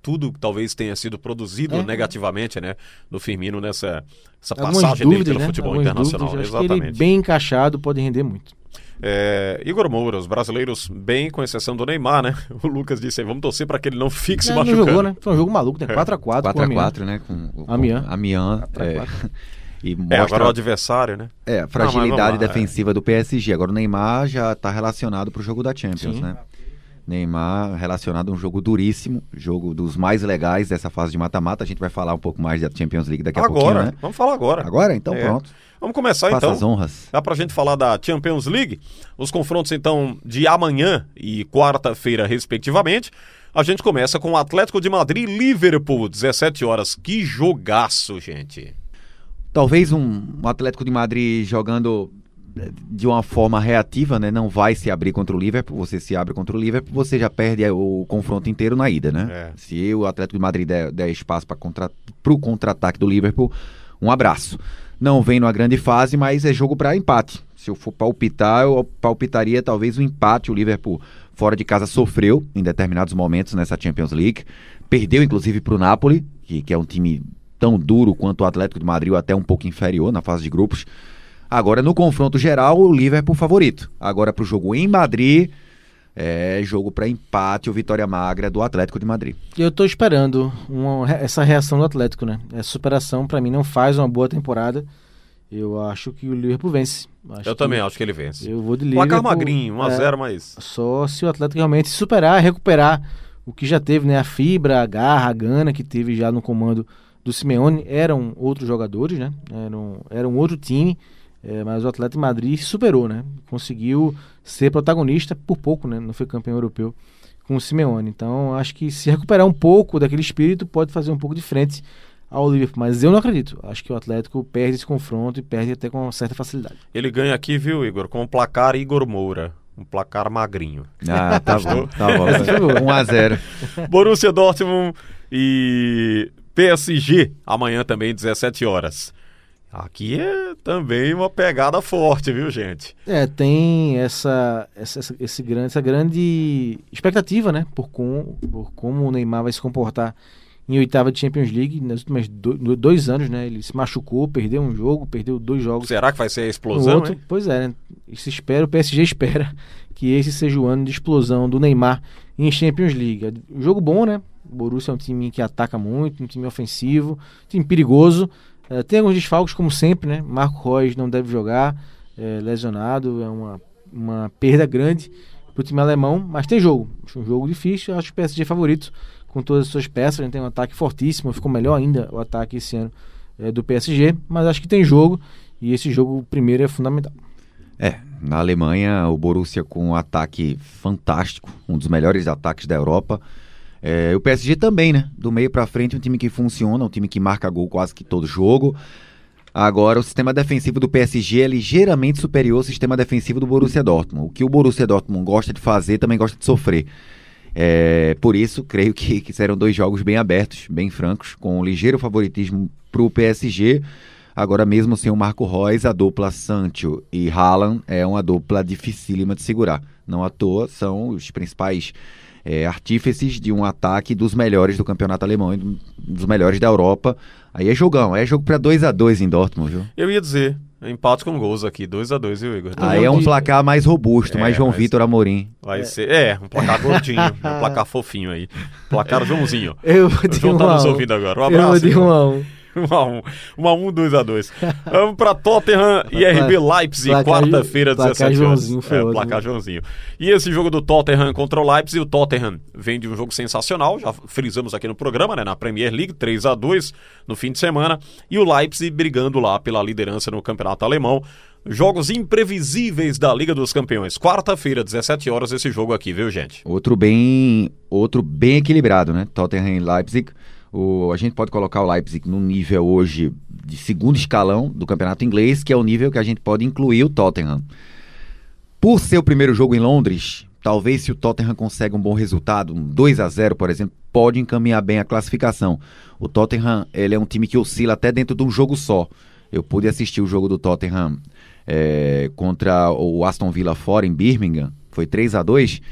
tudo que talvez tenha sido produzido É. negativamente, né, no Firmino nessa essa Algumas passagem dúvidas, dele pelo né? futebol Algumas internacional. dúvidas. Acho que Exatamente. ele bem encaixado pode render muito. É, Igor Moura, os brasileiros bem, com exceção do Neymar, né? O Lucas disse aí, vamos torcer para que ele não fique se Não, não machucando. jogou, né? Foi um jogo maluco, né? quatro a quatro quatro a quatro, né? Com o Amian. Amian. quatro a É, quatro. e É, mostra agora o adversário, né? é, a Ah, mas fragilidade vamos lá, defensiva do P S G. Agora o Neymar já está relacionado para o jogo da Champions, Sim. né? Neymar relacionado a um jogo duríssimo, jogo dos mais legais dessa fase de mata-mata. A gente vai falar um pouco mais da Champions League daqui a Agora, pouquinho, né? vamos falar agora. Agora? Então É. pronto. Vamos começar Faça então. as honras. Dá pra gente falar da Champions League, os confrontos então de amanhã e quarta-feira respectivamente. A gente começa com o Atlético de Madrid e Liverpool, dezessete horas. Que jogaço, gente. Talvez um, um Atlético de Madrid jogando eh, de uma forma reativa, né? Não vai se abrir contra o Liverpool. Você se abre contra o Liverpool, você já perde o confronto inteiro na ida, né? É. Se o Atlético de Madrid der, der espaço para contra, o contra-ataque do Liverpool, um abraço. Não vem numa grande fase, mas é jogo para empate. Se eu for palpitar, eu palpitaria talvez um empate. O Liverpool fora de casa sofreu em determinados momentos nessa Champions League. Perdeu inclusive para o Napoli, que, que é um time tão duro quanto o Atlético de Madrid, ou até um pouco inferior na fase de grupos. Agora, no confronto geral, o Liverpool favorito. Agora, para o jogo em Madrid, é jogo para empate ou vitória magra do Atlético de Madrid. E eu tô esperando uma, essa reação do Atlético, né? Essa superação, pra mim, não faz uma boa temporada. Eu acho que o Liverpool vence. Acho Eu que também acho que ele vence. Eu vou de Liverpool. Placar magrinho, um a zero, é, mas... Só se o Atlético realmente superar, recuperar o que já teve, né? A fibra, a garra, a gana que teve já no comando do Simeone. Eram outros jogadores, né? Eram, era um outro time. É, mas o Atlético de Madrid superou, né? Conseguiu ser protagonista por pouco, né? Não foi campeão europeu com o Simeone. Então, acho que se recuperar um pouco daquele espírito, pode fazer um pouco de frente ao Liverpool. Mas eu não acredito. Acho que o Atlético perde esse confronto e perde até com certa facilidade. Ele ganha aqui, viu, Igor? Com o placar Igor Moura. Um placar magrinho. Ah, tá bom, tá bom. um a zero. Borussia Dortmund e P S G, amanhã também, dezessete horas. Aqui é também uma pegada forte, viu, gente? É, tem essa, essa, essa, esse grande, essa grande expectativa, né? Por, com, por como o Neymar vai se comportar em oitava de Champions League nos últimos do, dois anos, né? Ele se machucou, perdeu um jogo, perdeu dois jogos. Será que vai ser a no explosão, outro. hein? Pois é, né? E se espera, o P S G espera que esse seja o ano de explosão do Neymar em Champions League. Um jogo bom, né? O Borussia é um time que ataca muito, um time ofensivo, um time perigoso. Uh, tem alguns desfalques, como sempre, né? Marco Reus não deve jogar, é, lesionado, é uma, uma perda grande para o time alemão, mas tem jogo. Acho um jogo difícil, acho o P S G favorito com todas as suas peças. A gente tem um ataque fortíssimo, ficou melhor ainda o ataque esse ano é, do P S G, mas acho que tem jogo e esse jogo primeiro é fundamental. É, na Alemanha, o Borussia com um ataque fantástico, um dos melhores ataques da Europa. É, o P S G também, né? Do meio pra frente, um time que funciona, um time que marca gol quase que todo jogo. Agora, o sistema defensivo do P S G é ligeiramente superior ao sistema defensivo do Borussia Dortmund. O que o Borussia Dortmund gosta de fazer, também gosta de sofrer. É, por isso, creio que, que serão dois jogos bem abertos, bem francos, com um ligeiro favoritismo pro P S G. Agora, mesmo sem o Marco Reus, a dupla Sancho e Haaland é uma dupla dificílima de segurar. Não à toa, são os principais... É, artífices de um ataque dos melhores do campeonato alemão e dos melhores da Europa. Aí é jogão, é jogo para dois a dois em Dortmund, viu? Eu ia dizer, empate com gols aqui, dois a dois, viu, Igor? Aí é um placar mais robusto, É, mais João mas- Vitor Amorim. Vai é. ser, é, um placar gordinho, um placar fofinho aí. Placar Joãozinho. Eu O de João um tá a nos um. ouvindo agora. Um Eu abraço. de um a um. um a um. um a um, dois a dois. Vamos pra Tottenham e R B Leipzig, Placar- quarta-feira, placar dezessete horas. Joãozinho foi É, ótimo. placar Joãozinho. E esse jogo do Tottenham contra o Leipzig, o Tottenham vem de um jogo sensacional, já frisamos aqui no programa, né, na Premier League, três a dois no fim de semana, e o Leipzig brigando lá pela liderança no campeonato alemão. Jogos imprevisíveis da Liga dos Campeões. Quarta-feira, dezessete horas, esse jogo aqui, viu, gente? Outro bem, outro bem equilibrado, né? Tottenham e Leipzig. O, a gente pode colocar o Leipzig no nível hoje de segundo escalão do campeonato inglês, que é o nível que a gente pode incluir o Tottenham. Por ser o primeiro jogo em Londres, talvez se o Tottenham consegue um bom resultado, um dois a zero, por exemplo, pode encaminhar bem a classificação. O Tottenham, ele é um time que oscila até dentro de um jogo só. Eu pude assistir o jogo do Tottenham é, contra o Aston Villa fora em Birmingham, foi três a dois,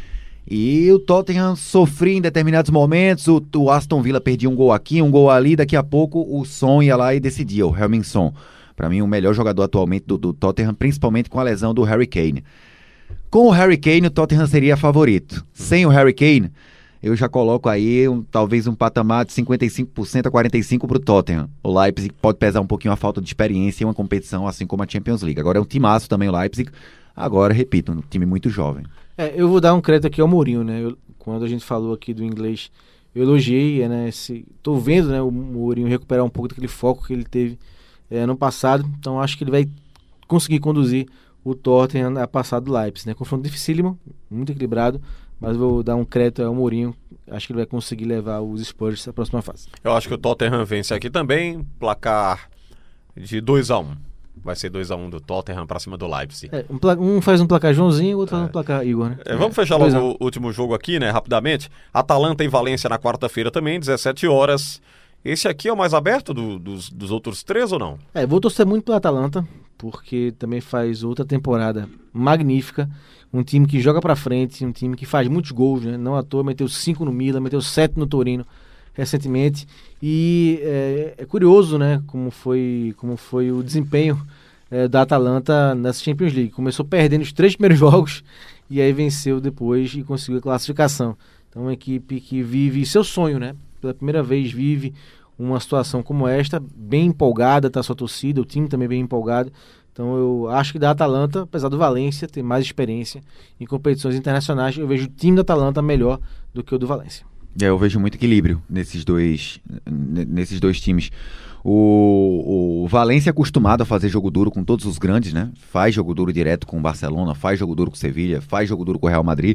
E o Tottenham sofria em determinados momentos, o, o Aston Villa perdia um gol aqui, um gol ali, daqui a pouco o Son ia lá e decidia, o Heung-min Son. Para mim, o melhor jogador atualmente do, do Tottenham, principalmente com a lesão do Harry Kane. Com o Harry Kane, o Tottenham seria favorito. Sem o Harry Kane, eu já coloco aí um, talvez um patamar de cinquenta e cinco por cento a quarenta e cinco por cento para o Tottenham. O Leipzig pode pesar um pouquinho a falta de experiência em uma competição assim como a Champions League. Agora é um timaço também o Leipzig. Agora, repito, um time muito jovem. É, eu vou dar um crédito aqui ao Mourinho, né? Eu, quando a gente falou aqui do inglês, eu elogiei, né? Esse, tô vendo, né, o Mourinho recuperar um pouco daquele foco que ele teve é, no passado. Então acho que ele vai conseguir conduzir o Tottenham a passar do Leipzig, né? Confronto dificílimo, muito equilibrado, mas vou dar um crédito ao Mourinho. Acho que ele vai conseguir levar os Spurs à próxima fase. Eu acho que o Tottenham vence aqui também, placar de dois a um. Vai ser dois a um do Tottenham pra cima do Leipzig. É, um, pla- um faz um placar Joãozinho, o outro é. faz um placar Igor, né? É, vamos fechar logo o último jogo aqui, né, rapidamente. Atalanta e Valência na quarta-feira também, dezessete horas. Esse aqui é o mais aberto do, dos, dos outros três ou não? É, vou torcer muito pela Atalanta, porque também faz outra temporada magnífica. Um time que joga pra frente, um time que faz muitos gols, né? Não à toa, meteu cinco no Milan, meteu sete no Torino recentemente. E é, é curioso, né, como foi, como foi o desempenho é, da Atalanta nessa Champions League. Começou perdendo os três primeiros jogos e aí venceu depois e conseguiu a classificação. Então, uma equipe que vive seu sonho, né? Pela primeira vez vive uma situação como esta, bem empolgada, tá sua torcida, o time também bem empolgado. Então eu acho que da Atalanta, apesar do Valência ter mais experiência em competições internacionais, eu vejo o time da Atalanta melhor do que o do Valência. É, eu vejo muito equilíbrio nesses dois, nesses dois times. O, o Valência é acostumado a fazer jogo duro com todos os grandes, né? Faz jogo duro direto com o Barcelona, faz jogo duro com o Sevilha, faz jogo duro com o Real Madrid.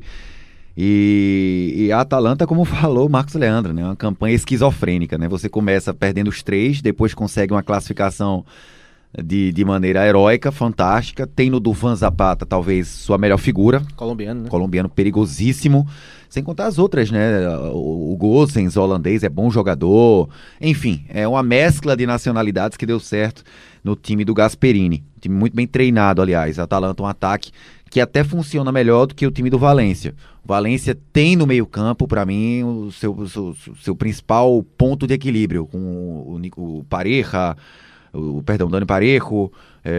E, e a Atalanta, como falou o Marcos Leandro, né? Uma campanha esquizofrênica, né? Você começa perdendo os três, depois consegue uma classificação de, de maneira heróica, fantástica. Tem no Dufan Zapata, talvez, sua melhor figura. Colombiano, né? Colombiano perigosíssimo. Sem contar as outras, né? O, o Gosens, holandês, é bom jogador. Enfim, é uma mescla de nacionalidades que deu certo no time do Gasperini. Um time muito bem treinado, aliás. A Atalanta, um ataque que até funciona melhor do que o time do Valência. O Valência tem no meio campo, para mim, o seu, o seu, seu principal ponto de equilíbrio, com o, o, o Pareja, o, perdão, Dani Parejo,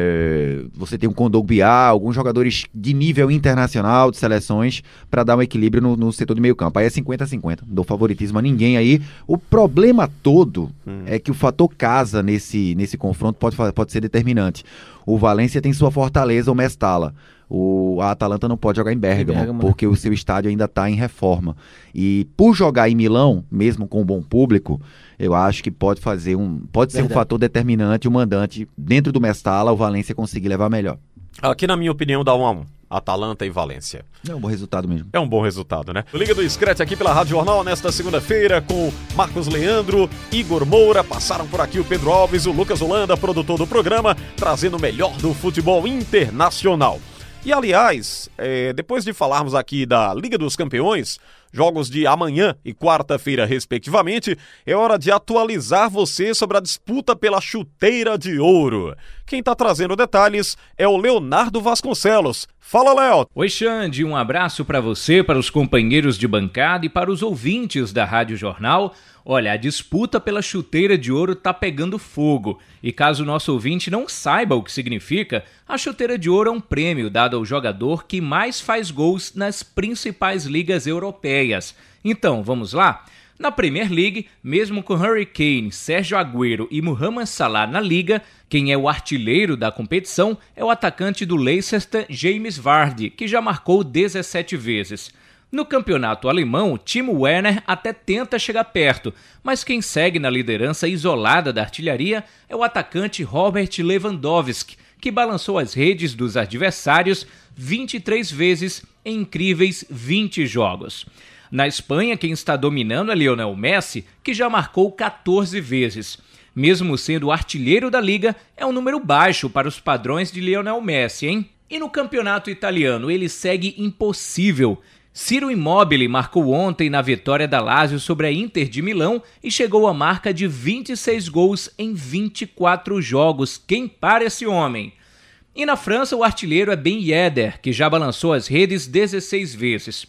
é, você tem um Kondogbia, alguns jogadores de nível internacional, de seleções, para dar um equilíbrio no, no setor de meio campo. Aí é cinquenta a cinquenta, não dou favoritismo a ninguém aí. O problema todo hum. é que o fator casa nesse, nesse confronto pode, pode ser determinante. O Valência tem sua fortaleza, o Mestalla. O, a Atalanta não pode jogar em Bérgamo, Bérgamo porque né? o seu estádio ainda está em reforma. E por jogar em Milão, mesmo com um bom público, eu acho que pode fazer um pode Verdade. ser um fator determinante o mandante dentro do Mestalla, o Valência conseguir levar melhor. Aqui, na minha opinião, dá um a um. Atalanta e Valência. É um bom resultado mesmo. É um bom resultado, né? O Liga do Scratch aqui pela Rádio Jornal nesta segunda-feira com Marcos Leandro, Igor Moura, passaram por aqui o Pedro Alves, o Lucas Holanda, produtor do programa, trazendo o melhor do futebol internacional. E, aliás, é, depois de falarmos aqui da Liga dos Campeões, jogos de amanhã e quarta-feira, respectivamente, é hora de atualizar você sobre a disputa pela chuteira de ouro. Quem está trazendo detalhes é o Leonardo Vasconcelos. Fala, Léo! Oi, Xande, um abraço para você, para os companheiros de bancada e para os ouvintes da Rádio Jornal. Olha, a disputa pela chuteira de ouro tá pegando fogo. E caso o nosso ouvinte não saiba o que significa, a chuteira de ouro é um prêmio dado ao jogador que mais faz gols nas principais ligas europeias. Então, vamos lá? Na Premier League, mesmo com Harry Kane, Sérgio Agüero e Mohamed Salah na liga, quem é o artilheiro da competição é o atacante do Leicester, James Vardy, que já marcou dezessete vezes. No campeonato alemão, Timo Werner até tenta chegar perto, mas quem segue na liderança isolada da artilharia é o atacante Robert Lewandowski, que balançou as redes dos adversários vinte e três vezes em incríveis vinte jogos. Na Espanha, quem está dominando é Lionel Messi, que já marcou catorze vezes. Mesmo sendo o artilheiro da liga, é um número baixo para os padrões de Lionel Messi, hein? E no campeonato italiano, ele segue impossível. Ciro Immobile marcou ontem na vitória da Lazio sobre a Inter de Milão e chegou à marca de vinte e seis gols em vinte e quatro jogos. Quem para esse homem? E na França, o artilheiro é Ben Yedder, que já balançou as redes dezesseis vezes.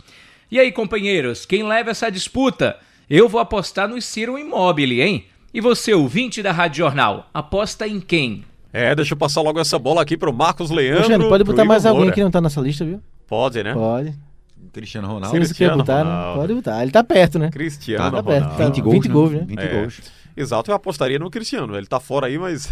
E aí, companheiros, quem leva essa disputa? Eu vou apostar no Ciro Immobile, hein? E você, ouvinte da Rádio Jornal, aposta em quem? É, deixa eu passar logo essa bola aqui pro Marcos Leandro. Poxa, pode botar mais Igor alguém Moura. que não tá nessa lista, viu? Pode, né? Pode. Cristiano Ronaldo. Se você quer botar, né? Ronaldo. Pode botar. Ele tá perto, né? Cristiano Tá perto. Ronaldo. Tá vinte gols, vinte gols, né? vinte É. gols. Exato, eu apostaria no Cristiano. Ele tá fora aí, mas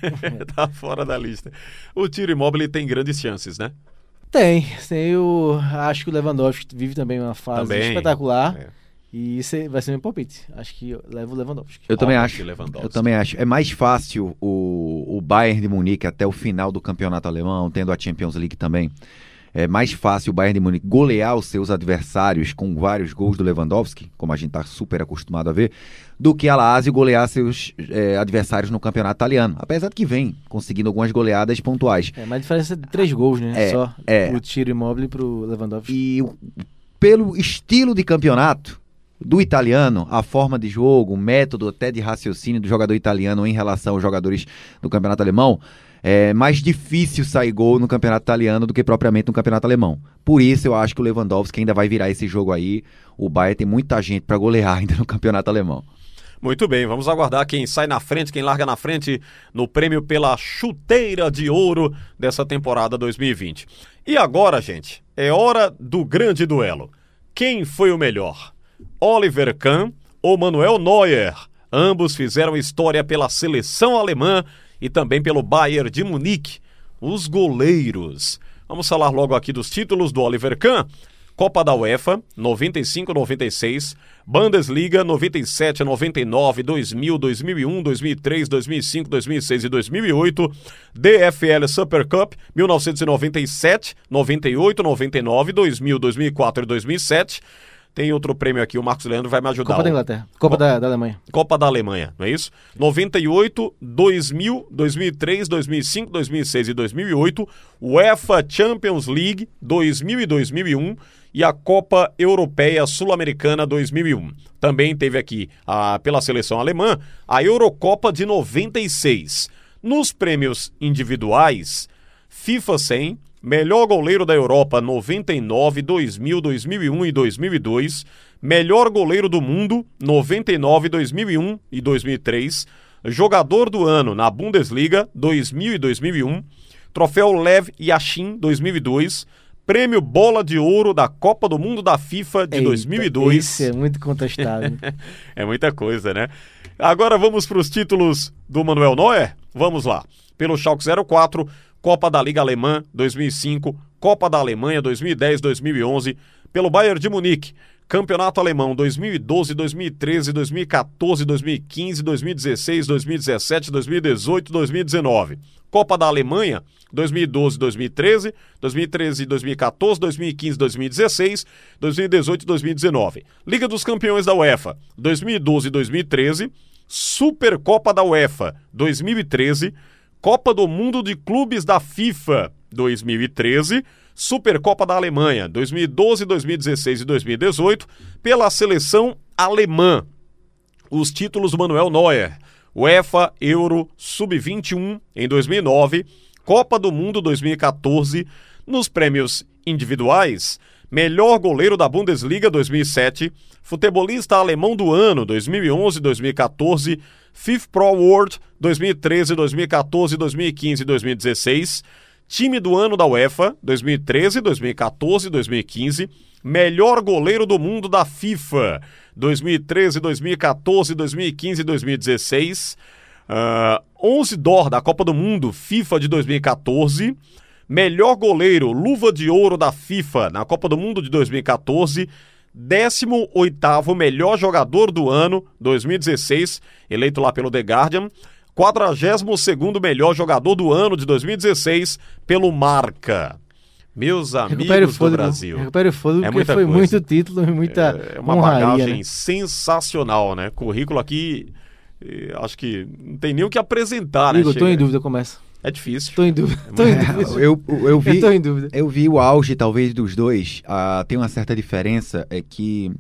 tá fora da lista. O Ciro Immobile tem grandes chances, né? Tem. Tem. Eu acho que o Lewandowski vive também uma fase Também. espetacular. É. E isso vai ser meu palpite. Acho que eu levo o Lewandowski. Eu também Robert acho. Lewandowski. Eu também acho. É mais fácil o, o Bayern de Munique até o final do campeonato alemão, tendo a Champions League também. É mais fácil o Bayern de Munique golear os seus adversários com vários gols do Lewandowski, como a gente está super acostumado a ver, do que a Lazio golear seus é, adversários no campeonato italiano. Apesar de que vem conseguindo algumas goleadas pontuais. É, mas a diferença é de três gols, né? É, Só é. o Ciro Immobile pro Lewandowski. E o- pelo estilo de campeonato do italiano, a forma de jogo, o método até de raciocínio do jogador italiano em relação aos jogadores do campeonato alemão, é mais difícil sair gol no campeonato italiano do que propriamente no campeonato alemão. Por isso eu acho que o Lewandowski ainda vai virar esse jogo aí. O Bayern tem muita gente para golear ainda no campeonato alemão. Muito bem, vamos aguardar quem sai na frente, quem larga na frente no prêmio pela chuteira de ouro dessa temporada dois mil e vinte. E agora, gente, é hora do grande duelo. Quem foi o melhor? Oliver Kahn ou Manuel Neuer? Ambos fizeram história pela seleção alemã e também pelo Bayern de Munique. Os goleiros. Vamos falar logo aqui dos títulos do Oliver Kahn. Copa da UEFA, noventa e cinco noventa e seis, Bundesliga, noventa e sete noventa e nove, dois mil, dois mil e um, dois mil e três, dois mil e cinco, dois mil e seis e dois mil e oito, D F L Super Cup, mil novecentos e noventa e sete, noventa e oito, noventa e nove, dois mil, dois mil e quatro e dois mil e sete. Tem outro prêmio aqui, o Marcos Leandro vai me ajudar. Copa da Inglaterra. Copa da, da Alemanha. Copa da Alemanha, não é isso? noventa e oito, dois mil, dois mil e três, dois mil e cinco, dois mil e seis e dois mil e oito, UEFA Champions League dois mil e dois mil e um e a Copa Europeia Sul-Americana dois mil e um. Também teve aqui, a, pela seleção alemã, a Eurocopa de noventa e seis. Nos prêmios individuais, FIFA cem, melhor goleiro da Europa noventa e nove, dois mil, dois mil e um e dois mil e dois, melhor goleiro do mundo noventa e nove, dois mil e um e dois mil e três, jogador do ano na Bundesliga dois mil e dois mil e um, troféu Lev Yashin dois mil e dois, prêmio Bola de Ouro da Copa do Mundo da FIFA de Eita, dois mil e dois. Isso é muito contestado. É muita coisa, né? Agora vamos para os títulos do Manuel Neuer? Vamos lá. Pelo Schalke zero quatro, Copa da Liga Alemã dois mil e cinco, Copa da Alemanha dois mil e dez, dois mil e onze, pelo Bayern de Munique, Campeonato Alemão dois mil e doze, dois mil e treze, dois mil e quatorze, dois mil e quinze, dois mil e dezesseis, dois mil e dezessete, dois mil e dezoito, dois mil e dezenove. Copa da Alemanha dois mil e doze, dois mil e treze, dois mil e treze, dois mil e quatorze, dois mil e quinze, dois mil e dezesseis, dois mil e dezoito, dois mil e dezenove. Liga dos Campeões da UEFA dois mil e doze e dois mil e treze, Supercopa da UEFA dois mil e treze, Copa do Mundo de Clubes da FIFA dois mil e treze, Supercopa da Alemanha dois mil e doze, dois mil e dezesseis e dois mil e dezoito, pela seleção alemã. Os títulos do Manuel Neuer: UEFA Euro Sub vinte e um em dois mil e nove, Copa do Mundo dois mil e quatorze. Nos prêmios individuais, melhor goleiro da Bundesliga dois mil e sete, futebolista alemão do ano dois mil e onze, dois mil e quatorze, FIFA Pro World dois mil e treze, dois mil e quatorze, dois mil e quinze e dois mil e dezesseis, time do ano da UEFA dois mil e treze, dois mil e quatorze, dois mil e quinze, melhor goleiro do mundo da FIFA dois mil e treze, dois mil e quatorze, dois mil e quinze e dois mil e dezesseis, uh, onze d'Or da Copa do Mundo FIFA de dois mil e quatorze, melhor goleiro, luva de ouro da FIFA na Copa do Mundo de dois mil e quatorze, décimo oitavo melhor jogador do ano dois mil e dezesseis, eleito lá pelo The Guardian, quadragésimo segundo melhor jogador do ano de dois mil e dezesseis pelo Marca. Meus amigos do Brasil. Recupere o fôlego, É porque muita foi coisa. muito título e muita É uma honraria, bagagem né? sensacional, né? Currículo aqui, eh, acho que não tem nem o que apresentar, né? Igor, tô Chega- em dúvida, começa. É difícil. Tô em dúvida. Tô em dúvida. Eu, eu, vi, Eu tô em dúvida. eu vi o auge, talvez, dos dois. Ah, tem uma certa diferença, é que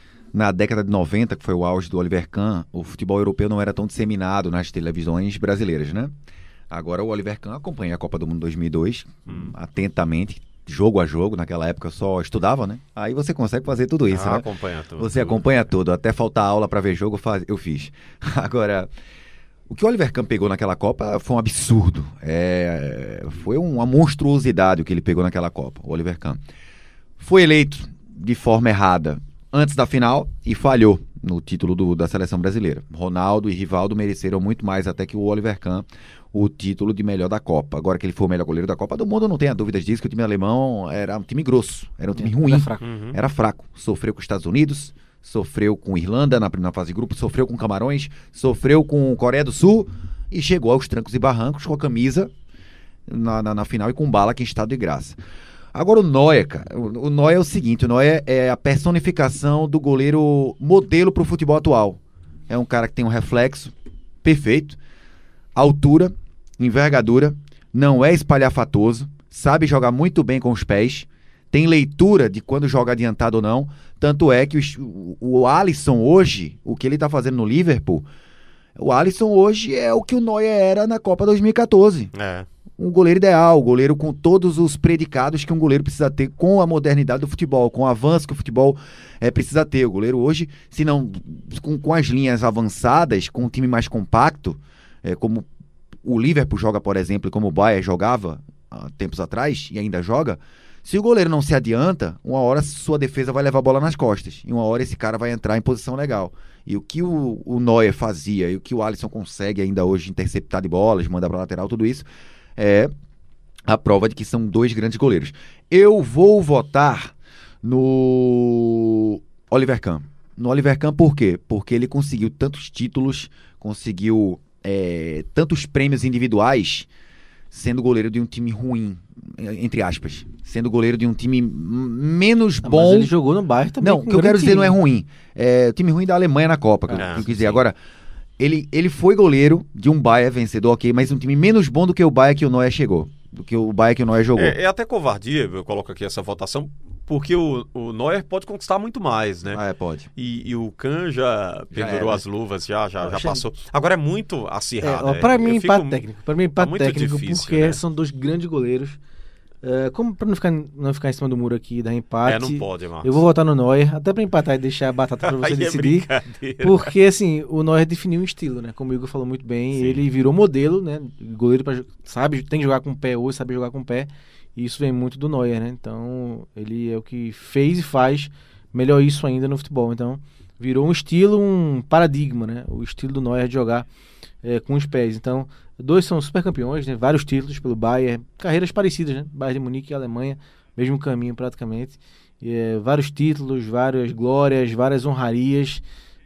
na década de noventa, que foi o auge do Oliver Kahn, o futebol europeu não era tão disseminado nas televisões brasileiras, né? Agora o Oliver Kahn acompanha a Copa do Mundo dois mil e dois Hum. atentamente, jogo a jogo, naquela época eu só estudava, né? Aí você consegue fazer tudo isso, ah, né? acompanha tudo. Você acompanha tudo, até faltar aula para ver jogo eu, faz, eu fiz. Agora, o que o Oliver Kahn pegou naquela Copa foi um absurdo. É, foi uma monstruosidade o que ele pegou naquela Copa, o Oliver Kahn. Foi eleito de forma errada antes da final e falhou no título do, da seleção brasileira. Ronaldo e Rivaldo mereceram muito mais até que o Oliver Kahn o título de melhor da Copa. Agora que ele foi o melhor goleiro da Copa do Mundo, não tenha dúvidas disso, que o time alemão era um time grosso, era um time é, ruim, era fraco. Uhum. era fraco. Sofreu com os Estados Unidos, sofreu com Irlanda na, na fase de grupo, sofreu com Camarões, sofreu com Coreia do Sul e chegou aos trancos e barrancos com a camisa na, na, na final e com bala que em estado de graça. Agora o Neuer, cara, o, o Neuer é o seguinte, o Neuer é a personificação do goleiro modelo para o futebol atual. É um cara que tem um reflexo perfeito, altura, envergadura, não é espalhafatoso, sabe jogar muito bem com os pés, tem leitura de quando joga adiantado ou não, tanto é que o, o Alisson hoje, o que ele tá fazendo no Liverpool, o Alisson hoje é o que o Neuer era na Copa dois mil e catorze. É. Um goleiro ideal, um goleiro com todos os predicados que um goleiro precisa ter com a modernidade do futebol, com o avanço que o futebol é, precisa ter. O goleiro hoje, se não com, com as linhas avançadas, com um time mais compacto, é, como o Liverpool joga, por exemplo, e como o Bayern jogava há tempos atrás e ainda joga, se o goleiro não se adianta, uma hora sua defesa vai levar a bola nas costas e uma hora esse cara vai entrar em posição legal. E o que o, o Neuer fazia e o que o Alisson consegue ainda hoje interceptar de bolas, mandar para lateral, tudo isso é a prova de que são dois grandes goleiros. Eu vou votar no Oliver Kahn. No Oliver Kahn por quê? Porque ele conseguiu tantos títulos, conseguiu é, tantos prêmios individuais, sendo goleiro de um time ruim, entre aspas. Sendo goleiro de um time menos ah, bom. Mas ele jogou no Bayern também. Não, o que eu quero dizer não é ruim. É o time ruim da Alemanha na Copa, que ah, eu quis dizer. Agora, ele, ele foi goleiro de um Bayern vencedor, ok, mas um time menos bom do que o Bayern que o Neuer chegou. Do que o Bayern que o Neuer jogou. É, é até covardia, eu coloco aqui essa votação, porque o, o Neuer pode conquistar muito mais, né? Ah, é, pode. E, e o Kahn já pendurou já as luvas, já, já, já passou. Agora é muito acirrado. É, ó, pra é, mim, eu empate fico... técnico. Pra mim, empate muito técnico, difícil, porque né? são dois grandes goleiros. Uh, como pra não ficar, não ficar em cima do muro aqui e dar empate, É, não pode, Marcos. eu vou votar no Neuer, até pra empatar e deixar a batata pra você Aí decidir. É porque, assim, o Neuer definiu um estilo, né? Como o Igor falou muito bem, Sim. ele virou modelo, né? Goleiro pra, sabe, tem que jogar com o pé hoje, sabe jogar com o pé. E isso vem muito do Neuer, né? Então, ele é o que fez e faz melhor isso ainda no futebol. Então, virou um estilo, um paradigma, né? O estilo do Neuer de jogar é, com os pés. Então, dois são super campeões, né? Vários títulos pelo Bayern, carreiras parecidas, né? Bayern de Munique e Alemanha, mesmo caminho praticamente. E, é, vários títulos, várias glórias, várias honrarias.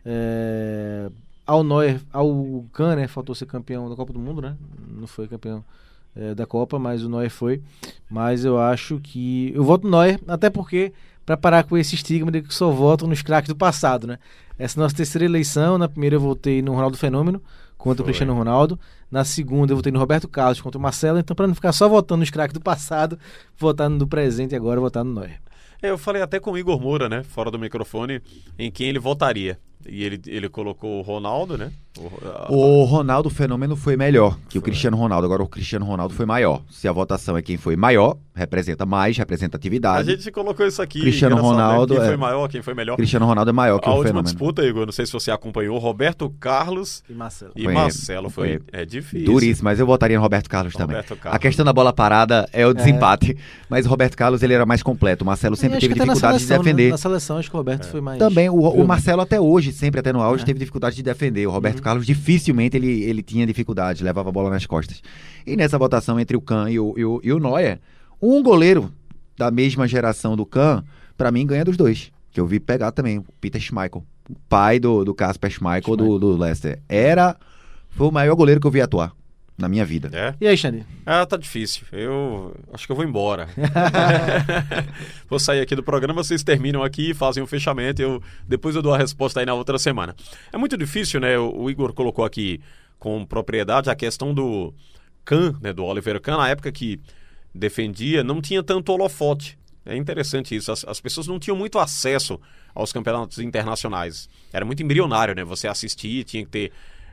É, ao Neuer, ao Kahn, né? Faltou ser campeão da Copa do Mundo, né? Não foi campeão é, da Copa, mas o Neuer foi. Mas eu acho que... Eu voto no Neuer, até porque... para parar com esse estigma de que só votam nos craques do passado, né? Essa é a nossa terceira eleição. Na primeira eu votei no Ronaldo Fenômeno contra Foi. o Cristiano Ronaldo. Na segunda eu votei no Roberto Carlos contra o Marcelo. Então, para não ficar só votando nos craques do passado, votar no do presente e agora votar no Neuer. Eu falei até com o Igor Moura, né? Fora do microfone, em quem ele votaria. E ele, ele colocou o Ronaldo, né? O, a... o Ronaldo Fenômeno foi melhor que foi. o Cristiano Ronaldo. Agora o Cristiano Ronaldo foi maior. Se a votação é quem foi maior, representa mais representatividade. A gente colocou isso aqui. Cristiano Ronaldo quem é... foi maior, quem foi melhor. Cristiano Ronaldo é maior que a o última Fenômeno. disputa, Igor, não sei se você acompanhou, Roberto Carlos e Marcelo. E foi, Marcelo foi, foi é difícil. Duríssimo, mas eu votaria no Roberto Carlos Roberto também. Carlos. A questão da bola parada é o desempate, é. mas o Roberto Carlos ele era mais completo. O Marcelo sempre teve dificuldade seleção, de defender. Né? Na seleção acho que o Roberto é. foi mais... Também, o, o Marcelo até hoje, sempre até no auge, é. teve dificuldade de defender. O Roberto uhum. Carlos dificilmente ele, ele tinha dificuldade, levava a bola nas costas. E nessa votação entre o Kahn e o, e o, e o Neuer, um goleiro da mesma geração do Kahn, pra mim ganha dos dois. Que eu vi pegar também, o Peter Schmeichel, o pai do, do Kasper Schmeichel, Schmeichel. Do, do Leicester. Era, foi o maior goleiro que eu vi atuar na minha vida. É? E aí, Xande? Ah, tá difícil. Eu acho que eu vou embora. Vou sair aqui do programa, vocês terminam aqui, fazem o fechamento, eu, depois eu dou a resposta aí na outra semana. É muito difícil, né? O, o Igor colocou aqui com propriedade a questão do Kahn, né? Do Oliver Kahn, na época que defendia, não tinha tanto holofote. É interessante isso. As, as pessoas não tinham muito acesso aos campeonatos internacionais. Era muito embrionário, né? Você assistir, tinha que ter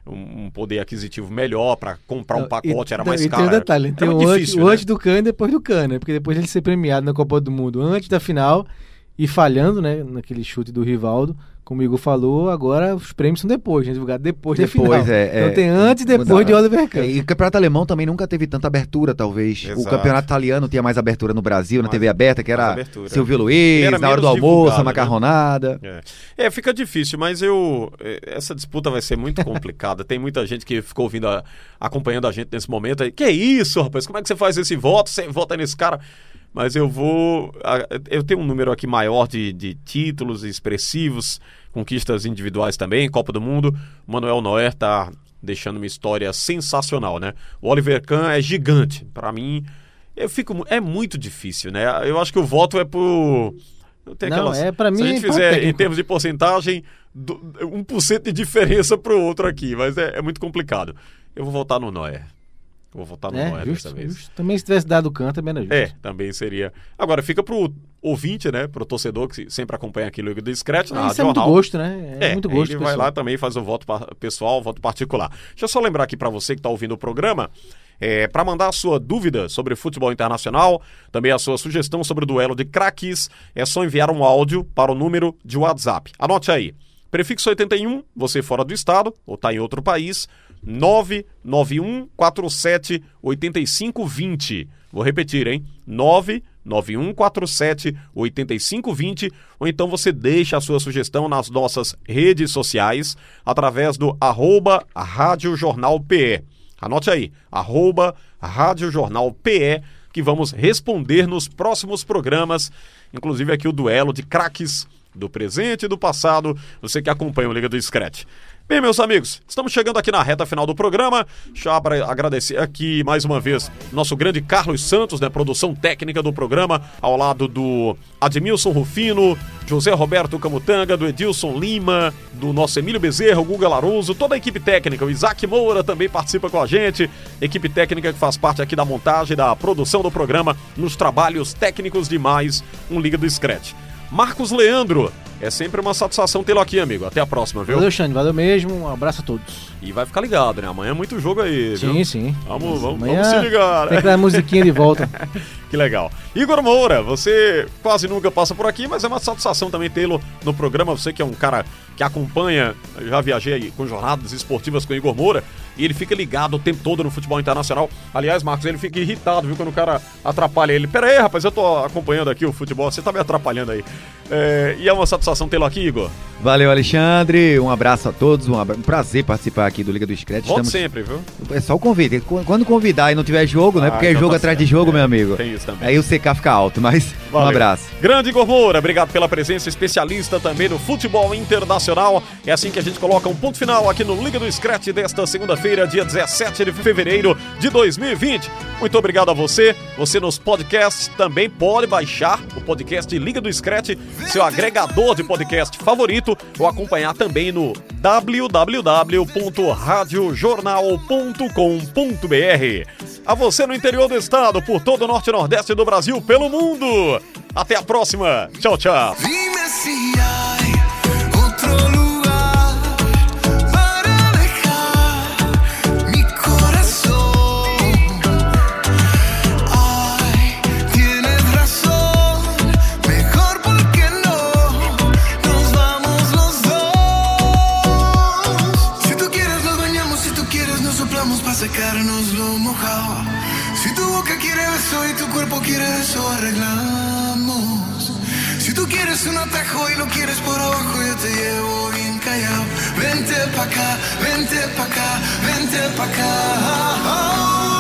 um, um poder aquisitivo melhor para comprar um Não, pacote, e, era não, mais e caro. Tem um detalhe, tem era o, difícil, antes, né? o antes do Can e depois do Can, né? Porque depois ele ser premiado na Copa do Mundo antes da final e falhando, né? Naquele chute do Rivaldo, como o Igor falou, agora os prêmios são depois, né? Divulgados depois, Depois, da final. é, então é, tem antes e depois de Oliver Kahn. É, e o campeonato alemão também nunca teve tanta abertura, talvez. Exato. O campeonato italiano tinha mais abertura no Brasil, na Mais- T V aberta, que mais era abertura. Silvio Ele Luiz, era na hora do menos almoço, divulgado, a macarronada. É. é, fica difícil, mas eu. Essa disputa vai ser muito complicada. Tem muita gente que ficou ouvindo, a, acompanhando a gente nesse momento aí. Que isso, rapaz? Como é que você faz esse voto? Você vota nesse cara? Mas eu vou. Eu tenho um número aqui maior de, de títulos expressivos, conquistas individuais também, Copa do Mundo. O Manuel Neuer tá deixando uma história sensacional, né? O Oliver Kahn é gigante. Pra mim, eu fico, é muito difícil, né? Eu acho que o voto é por. Tem Não, aquelas, é, pra mim, se a gente é fizer técnico. em termos de porcentagem, do, um por cento de diferença pro outro aqui, mas é, é muito complicado. Eu vou votar no Neuer. Eu vou votar no É, Neuer justo, dessa vez. justo. Também se tivesse dado o Can, também era justo. É, também seria. Agora, fica pro ouvinte, né? Pro torcedor que sempre acompanha aqui o Liga do Scratch. Na Isso Rádio é muito Jornal. gosto, né? É, muito gosto, Ele vai pessoal. lá também, faz o voto pa- pessoal, o voto particular. Deixa eu só lembrar aqui pra você que tá ouvindo o programa, é, para mandar a sua dúvida sobre futebol internacional, também a sua sugestão sobre o duelo de craques, é só enviar um áudio para o número de WhatsApp. Anote aí. Prefixo oitenta e um, você fora do estado, ou tá em outro país, nove nove um quatro sete oito cinco dois zero. Vou repetir, hein? nove nove um quatro sete oito cinco dois zero, ou então você deixa a sua sugestão nas nossas redes sociais através do arroba Rádio Jornal P E. Anote aí, arroba Rádio Jornal P E, que vamos responder nos próximos programas, inclusive aqui o duelo de craques do presente e do passado, você que acompanha o Liga do Scratch. Bem, meus amigos, estamos chegando aqui na reta final do programa. Já para agradecer aqui mais uma vez nosso grande Carlos Santos, né, produção técnica do programa, ao lado do Admilson Rufino, José Roberto Camutanga, do Edilson Lima, do nosso Emílio Bezerra, o Guga Laruso, toda a equipe técnica, o Isaac Moura também participa com a gente, equipe técnica que faz parte aqui da montagem, da produção do programa, nos trabalhos técnicos de mais um Liga do Scratch. Marcos Leandro, é sempre uma satisfação tê-lo aqui, amigo. Até a próxima, viu? Valeu, Xande, valeu mesmo. Um abraço a todos. E vai ficar ligado, né? Amanhã é muito jogo aí, viu? Sim, sim. Vamos, vamos, Amanhã vamos se ligar. tem que dar a musiquinha de volta. Que legal. Igor Moura, você quase nunca passa por aqui, mas é uma satisfação também tê-lo no programa. Você que é um cara que acompanha, eu já viajei aí com jornadas esportivas com o Igor Moura, e ele fica ligado o tempo todo no futebol internacional. Aliás, Marcos, ele fica irritado, viu, quando o cara atrapalha ele. Pera aí, rapaz, eu tô acompanhando aqui o futebol, você tá me atrapalhando aí. É, e é uma satisfação tê-lo aqui, Igor. Valeu, Alexandre. Um abraço a todos. Um, abra... um prazer participar aqui do Liga do Scratch. Volte Estamos... sempre, viu? É só o convite. Quando convidar e não tiver jogo, né? Ah, Porque é então jogo tá atrás certo. de jogo, É, meu amigo. tem isso também. Aí o C K fica alto, mas Valeu. um abraço. Grande Igor Moura, obrigado pela presença, especialista também no futebol internacional. É assim que a gente coloca um ponto final aqui no Liga do Scratch desta segunda-feira, dia dezessete de fevereiro de dois mil e vinte. Muito obrigado a você. Você nos podcasts também pode baixar o podcast Liga do Scratch, seu agregador de podcast favorito, ou acompanhar também no w w w ponto rádio jornal ponto com ponto b r. A você no interior do estado, por todo o norte e nordeste do Brasil, pelo mundo. Até a próxima. Tchau, tchau. Dime si hay otro lugar para dejar mi corazón. Ay, tienes razón, mejor porque no nos vamos los dos. Si tú quieres nos bañamos, si tú quieres nos soplamos para secarnos lo mojado. Si tu boca quiere beso y tu cuerpo quiere eso, arreglamos. Si tú quieres un atajo y lo quieres por abajo, yo te llevo bien callado. Vente pa' acá, vente pa' acá, vente pa' acá.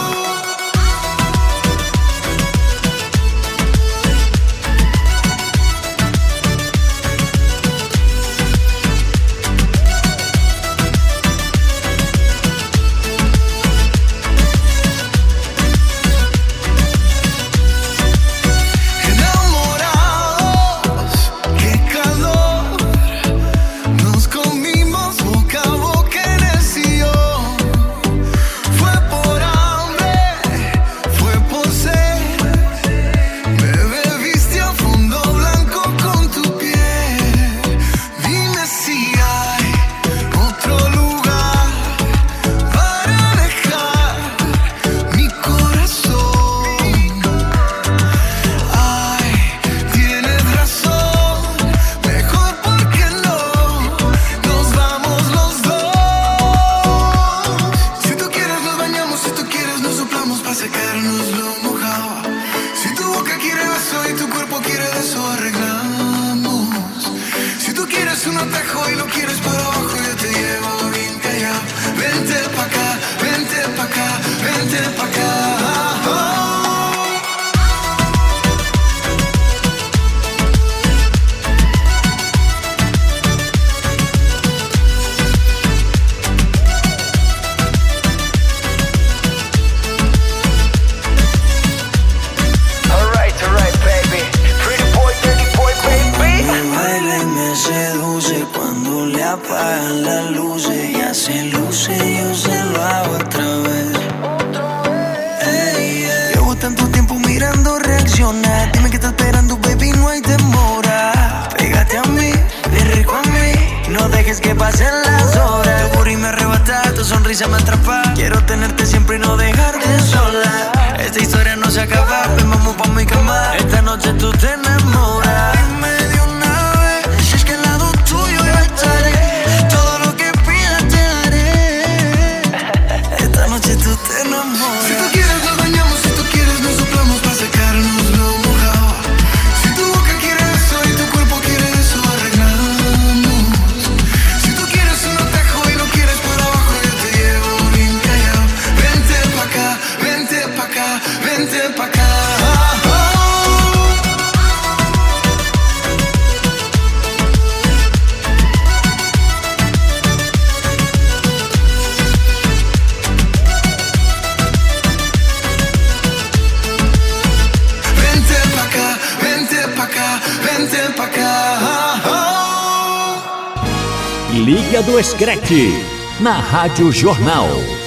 Enamorados, qué calor, nos comimos boca a boca en el vente pa' acá, vente pa' acá, vente pa' acá. Apagan las luces y hace luces, yo se lo hago otra vez. Hey, yeah. Llevo tanto tiempo mirando reaccionar. Dime que estás esperando, baby, no hay demora. Pégate a mí, ven rico a mí. No dejes que pasen las horas. Tu burro me arrebata, tu sonrisa me atrapa. Quiero tenerte siempre y no dejarte sola. Esta historia no se acaba, ven vamos pa' mi cama. Esta noche tú te enamoras. Dime de una vez, si es que al lado tuyo yo estaré. Tú te enamoras. Si tú quieres nos bañamos, si tú quieres nos soplamos para sacarnos lo mojado. Si tu boca quiere eso y tu cuerpo quiere eso, arreglamos. Si tú quieres un atajo y no quieres por abajo, yo te llevo bien callado. Vente pa' acá, vente pa' acá, vente pa' acá. Liga do Screte, na Rádio Jornal.